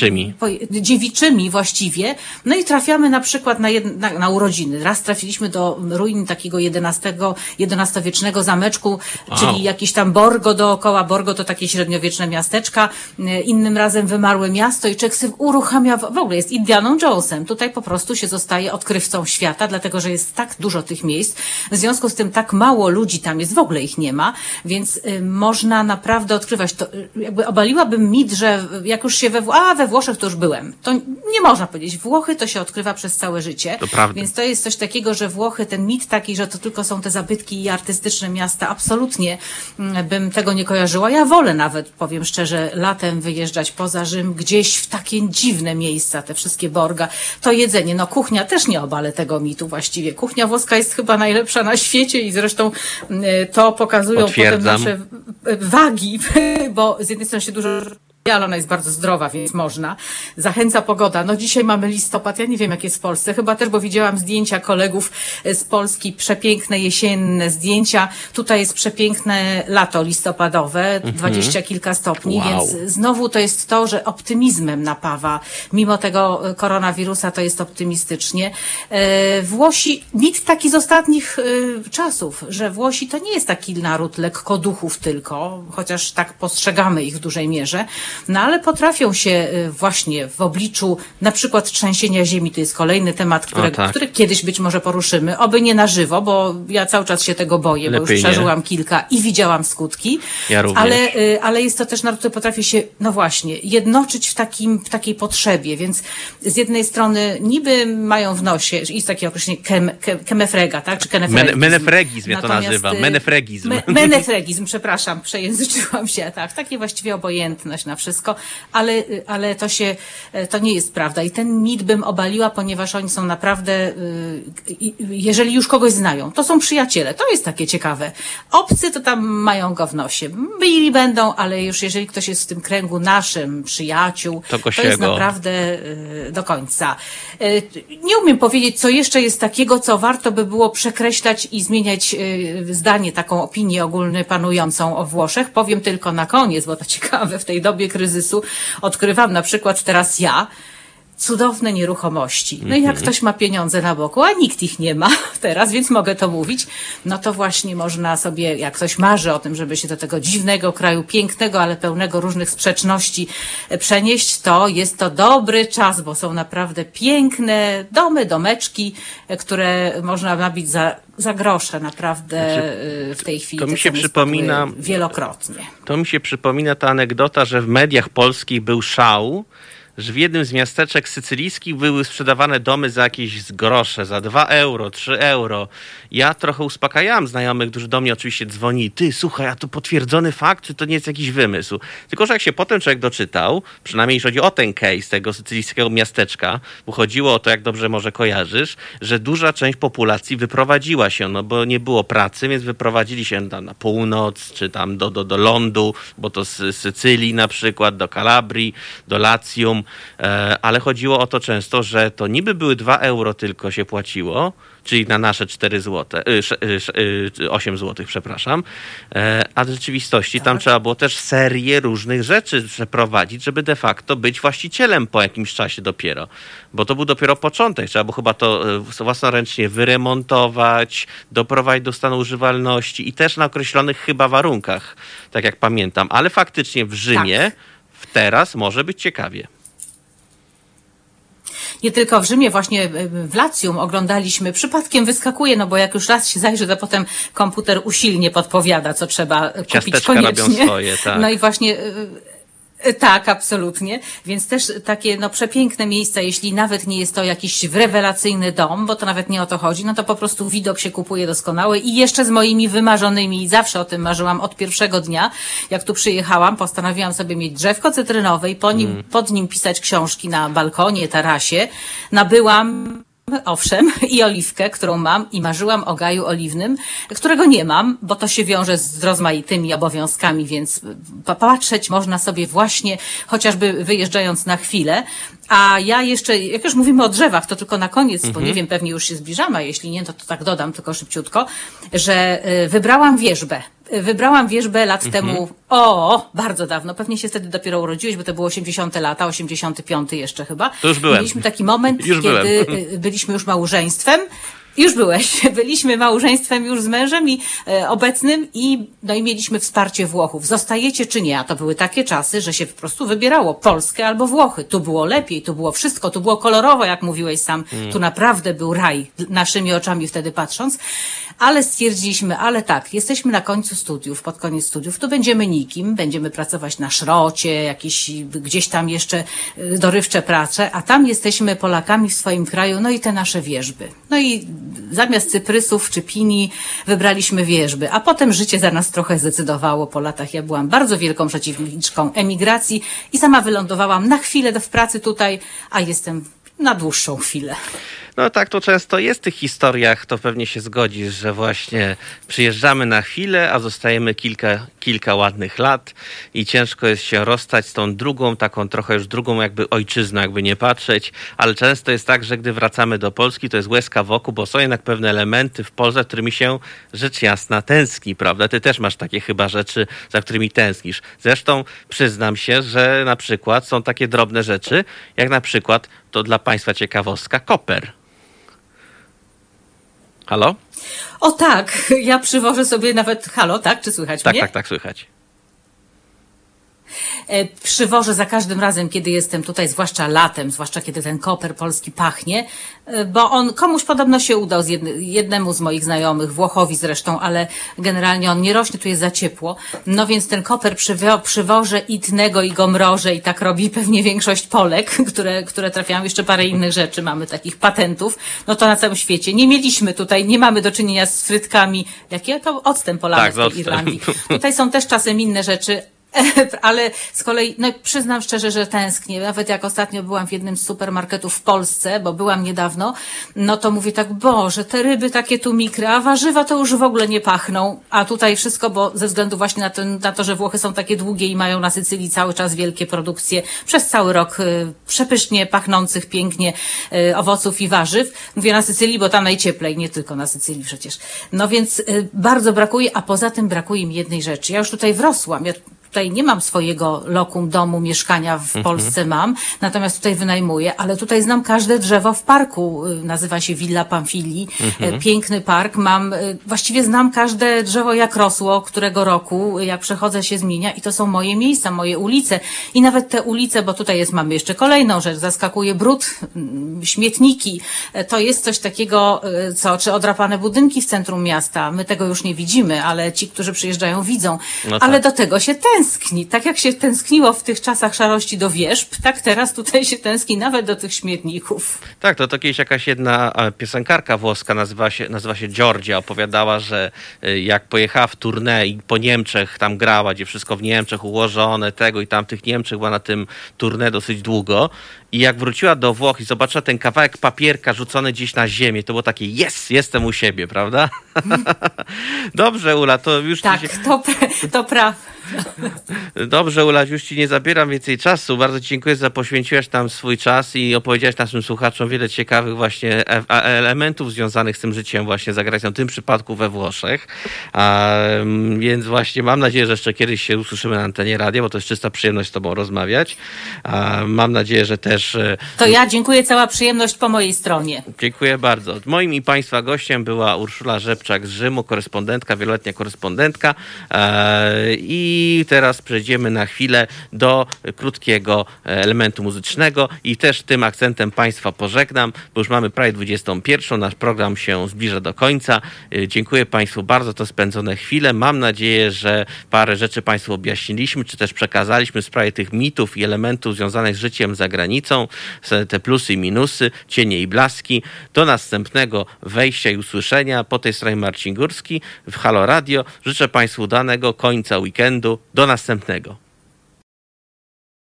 Dziewiczymi właściwie. No i trafiamy na przykład na urodziny. Raz trafiliśmy do ruin takiego XI-wiecznego zameczku, czyli jakieś tam Borgo dookoła. Borgo to takie średniowieczne miasteczka. Innym razem wymarłe miasto i człowiek uruchamia, w ogóle jest Indianą Jonesem. Tutaj po prostu się zostaje odkrywcą świata, dlatego że jest tak dużo tych miejsc. W związku z tym tak mało ludzi tam jest, w ogóle ich nie ma, więc można naprawdę odkrywać to. Jakby obaliłabym mit, że jak już się we Włoszech to już byłem. To nie można powiedzieć. Włochy to się odkrywa przez całe życie. To prawda. Więc to jest coś takiego, że Włochy, ten mit taki, że to tylko są te zabytki i artystyczne miasta, absolutnie bym tego nie kojarzyła. Ja wolę nawet, powiem szczerze, latem wyjeżdżać poza Rzym, gdzieś w takie dziwne miejsca, te wszystkie Borga. To jedzenie, kuchnia też nie obalę tego mitu właściwie. Kuchnia włoska jest chyba najlepsza na świecie i zresztą to pokazują potem nasze wagi, bo z jednej strony się dużo, ale ona jest bardzo zdrowa, więc można. Zachęca pogoda. Dzisiaj mamy listopad, ja nie wiem jak jest w Polsce, chyba też, bo widziałam zdjęcia kolegów z Polski, przepiękne jesienne zdjęcia. Tutaj jest przepiękne lato listopadowe, 20 kilka stopni, więc znowu to jest to, że optymizmem napawa. Mimo tego koronawirusa to jest optymistycznie. Włosi, mit taki z ostatnich czasów, że Włosi to nie jest taki naród lekkoduchów tylko, chociaż tak postrzegamy ich w dużej mierze. Ale potrafią się właśnie w obliczu na przykład trzęsienia ziemi, to jest kolejny temat, który kiedyś być może poruszymy, oby nie na żywo, bo ja cały czas się tego boję, bo już przeżyłam kilka i widziałam skutki. Ja również. Ale jest to też naród, który potrafi się, jednoczyć w takiej potrzebie, więc z jednej strony niby mają w nosie, jest takie określenie kemefrega, tak? Czy kenefregizm. Menefregizm ja to nazywam. Menefregizm. Menefregizm, przepraszam, przejęzyczyłam się, tak. Takie właściwie obojętność na wszystko, ale to nie jest prawda i ten mit bym obaliła, ponieważ oni są naprawdę, jeżeli już kogoś znają, to są przyjaciele, to jest takie ciekawe. Obcy to tam mają go w nosie, byli będą, ale już jeżeli ktoś jest w tym kręgu naszym, przyjaciół, to jest naprawdę do końca. Nie umiem powiedzieć, co jeszcze jest takiego, co warto by było przekreślać i zmieniać zdanie, taką opinię ogólnie panującą o Włoszech. Powiem tylko na koniec, bo to ciekawe, w tej dobie kryzysu odkrywam na przykład teraz cudowne nieruchomości. No i jak ktoś ma pieniądze na boku, a nikt ich nie ma teraz, więc mogę to mówić, to właśnie można sobie, jak ktoś marzy o tym, żeby się do tego dziwnego kraju, pięknego, ale pełnego różnych sprzeczności przenieść, to jest to dobry czas, bo są naprawdę piękne domy, domeczki, które można nabyć za za grosze naprawdę w tej chwili. To mi się przypomina wielokrotnie. To mi się przypomina ta anegdota, że w mediach polskich był szał, że w jednym z miasteczek sycylijskich były sprzedawane domy za jakieś grosze, za 2 euro, 3 euro. Ja trochę uspokajałem znajomych, którzy do mnie oczywiście dzwonili. Ty, słuchaj, a to potwierdzony fakt, czy to nie jest jakiś wymysł? Tylko że jak się potem człowiek doczytał, przynajmniej jeśli chodzi o ten case tego sycylijskiego miasteczka, bo chodziło o to, jak dobrze może kojarzysz, że duża część populacji wyprowadziła się, no bo nie było pracy, więc wyprowadzili się tam na północ, czy tam do lądu, bo to z Sycylii na przykład, do Kalabrii, do Latium, ale chodziło o to często, że to niby były 2 euro tylko się płaciło, czyli na nasze 4 zł, 8 zł, przepraszam, a w rzeczywistości tam trzeba było też serię różnych rzeczy przeprowadzić, żeby de facto być właścicielem po jakimś czasie dopiero, bo to był dopiero początek, trzeba było chyba to własnoręcznie wyremontować, doprowadzić do stanu używalności i też na określonych chyba warunkach, tak jak pamiętam, ale faktycznie w Rzymie teraz może być ciekawie. Nie tylko w Rzymie, właśnie w Latium oglądaliśmy, przypadkiem wyskakuje, no bo jak już raz się zajrzy, to potem komputer usilnie podpowiada, co trzeba kupić Ciasteczka koniecznie. robią swoje, tak. No i właśnie... Tak, absolutnie. Więc też takie przepiękne miejsca, jeśli nawet nie jest to jakiś rewelacyjny dom, bo to nawet nie o to chodzi, no to po prostu widok się kupuje doskonały i jeszcze z moimi wymarzonymi, zawsze o tym marzyłam od pierwszego dnia, jak tu przyjechałam, postanowiłam sobie mieć drzewko cytrynowe i pod nim pisać książki na balkonie, tarasie. Nabyłam owszem, i oliwkę, którą mam, i marzyłam o gaju oliwnym, którego nie mam, bo to się wiąże z rozmaitymi obowiązkami, więc patrzeć można sobie właśnie, chociażby wyjeżdżając na chwilę. A ja jeszcze, jak już mówimy o drzewach, to tylko na koniec, bo nie wiem, pewnie już się zbliżamy, a jeśli nie, to tak dodam tylko szybciutko, że wybrałam wierzbę. Wybrałam wierzbę lat temu, bardzo dawno, pewnie się wtedy dopiero urodziłeś, bo to było 80 lata, 85 jeszcze chyba. To już byłem. Mieliśmy taki moment, kiedy byliśmy już małżeństwem. Już byłeś. Byliśmy małżeństwem już z mężem i obecnym i mieliśmy wsparcie Włochów. Zostajecie czy nie? A to były takie czasy, że się po prostu wybierało Polskę albo Włochy. Tu było lepiej, tu było wszystko, tu było kolorowo, jak mówiłeś sam. Tu naprawdę był raj, naszymi oczami wtedy patrząc. Ale stwierdziliśmy, ale tak, jesteśmy na końcu studiów, pod koniec studiów, tu będziemy nikim, będziemy pracować na szrocie, jakieś gdzieś tam jeszcze dorywcze prace, a tam jesteśmy Polakami w swoim kraju, no i te nasze wierzby. No i zamiast cyprysów czy pini wybraliśmy wierzby, a potem życie za nas trochę zdecydowało po latach. Ja byłam bardzo wielką przeciwniczką emigracji i sama wylądowałam na chwilę w pracy tutaj, a jestem na dłuższą chwilę. No tak, to często jest w tych historiach, to pewnie się zgodzisz, że właśnie przyjeżdżamy na chwilę, a zostajemy kilka ładnych lat i ciężko jest się rozstać z tą drugą, taką trochę już drugą jakby ojczyzną, jakby nie patrzeć, ale często jest tak, że gdy wracamy do Polski, to jest łezka wokół, bo są jednak pewne elementy w Polsce, którymi się rzecz jasna tęskni, prawda? Ty też masz takie chyba rzeczy, za którymi tęsknisz. Zresztą przyznam się, że na przykład są takie drobne rzeczy, jak na przykład, to dla Państwa ciekawostka, koper. Halo? O tak, ja przywożę sobie nawet... Halo, tak? Czy słychać mnie? Tak, słychać. Przywożę za każdym razem, kiedy jestem tutaj, zwłaszcza latem, zwłaszcza kiedy ten koper polski pachnie, bo on komuś podobno się udał, jednemu z moich znajomych, Włochowi zresztą, ale generalnie on nie rośnie, tu jest za ciepło. No więc ten koper przywożę i tnę go i go mrożę i tak robi pewnie większość Polek, które trafiają. Jeszcze parę innych rzeczy, mamy takich patentów. No to na całym świecie. Nie mieliśmy tutaj, nie mamy do czynienia z frytkami. Jakie? To octem polany w tej Irlandii. Tutaj są też czasem inne rzeczy, ale z kolei, przyznam szczerze, że tęsknię. Nawet jak ostatnio byłam w jednym z supermarketów w Polsce, bo byłam niedawno, no to mówię tak, Boże, te ryby takie tu mikre, a warzywa to już w ogóle nie pachną. A tutaj wszystko, bo ze względu właśnie na to, że Włochy są takie długie i mają na Sycylii cały czas wielkie produkcje, przez cały rok przepysznie pachnących pięknie owoców i warzyw. Mówię na Sycylii, bo tam najcieplej, nie tylko na Sycylii przecież. No więc bardzo brakuje, a poza tym brakuje mi jednej rzeczy. Ja już tutaj wrosłam. tutaj nie mam swojego lokum, domu, mieszkania w Polsce mam, natomiast tutaj wynajmuję, ale tutaj znam każde drzewo w parku. Nazywa się Villa Pamfili. Piękny park. Właściwie znam każde drzewo, jak rosło, którego roku, jak przechodzę, się zmienia i to są moje miejsca, moje ulice. I nawet te ulice, bo tutaj mamy jeszcze kolejną rzecz, zaskakuje brud, śmietniki. To jest coś takiego, czy odrapane budynki w centrum miasta. My tego już nie widzimy, ale ci, którzy przyjeżdżają, widzą. No ale tak. do tego się tęskni. Tak jak się tęskniło w tych czasach szarości do wierzb, tak teraz tutaj się tęskni nawet do tych śmietników. Tak, to kiedyś jakaś jedna piosenkarka włoska, nazywa się Giorgia, opowiadała, że jak pojechała w tournée i po Niemczech tam grała, gdzie wszystko w Niemczech ułożone, tego i tamtych Niemczech, była na tym tournée dosyć długo i jak wróciła do Włoch i zobaczyła ten kawałek papierka rzucony gdzieś na ziemię, to było takie jestem u siebie, prawda? Dobrze, Ula, to już... Tak, to prawda. Dobrze, Ula, już ci nie zabieram więcej czasu. Bardzo ci dziękuję, że poświęciłaś nam swój czas i opowiedziałaś naszym słuchaczom wiele ciekawych właśnie elementów związanych z tym życiem właśnie za granicą, w tym przypadku we Włoszech. Więc właśnie mam nadzieję, że jeszcze kiedyś się usłyszymy na antenie radia, bo to jest czysta przyjemność z tobą rozmawiać. Mam nadzieję, że też... To ja dziękuję, cała przyjemność po mojej stronie. Dziękuję bardzo. Moim i państwa gościem była Urszula Rzepczak z Rzymu, korespondentka, wieloletnia korespondentka. I teraz przejdziemy na chwilę do krótkiego elementu muzycznego i też tym akcentem państwa pożegnam, bo już mamy prawie 21. Nasz program się zbliża do końca. Dziękuję państwu bardzo za to spędzone chwile. Mam nadzieję, że parę rzeczy państwu objaśniliśmy, czy też przekazaliśmy w sprawie tych mitów i elementów związanych z życiem za granicą, te plusy i minusy, cienie i blaski. Do następnego wejścia i usłyszenia. Po tej stronie Marcin Górski w Halo Radio. Życzę państwu udanego końca weekendu. Do następnego.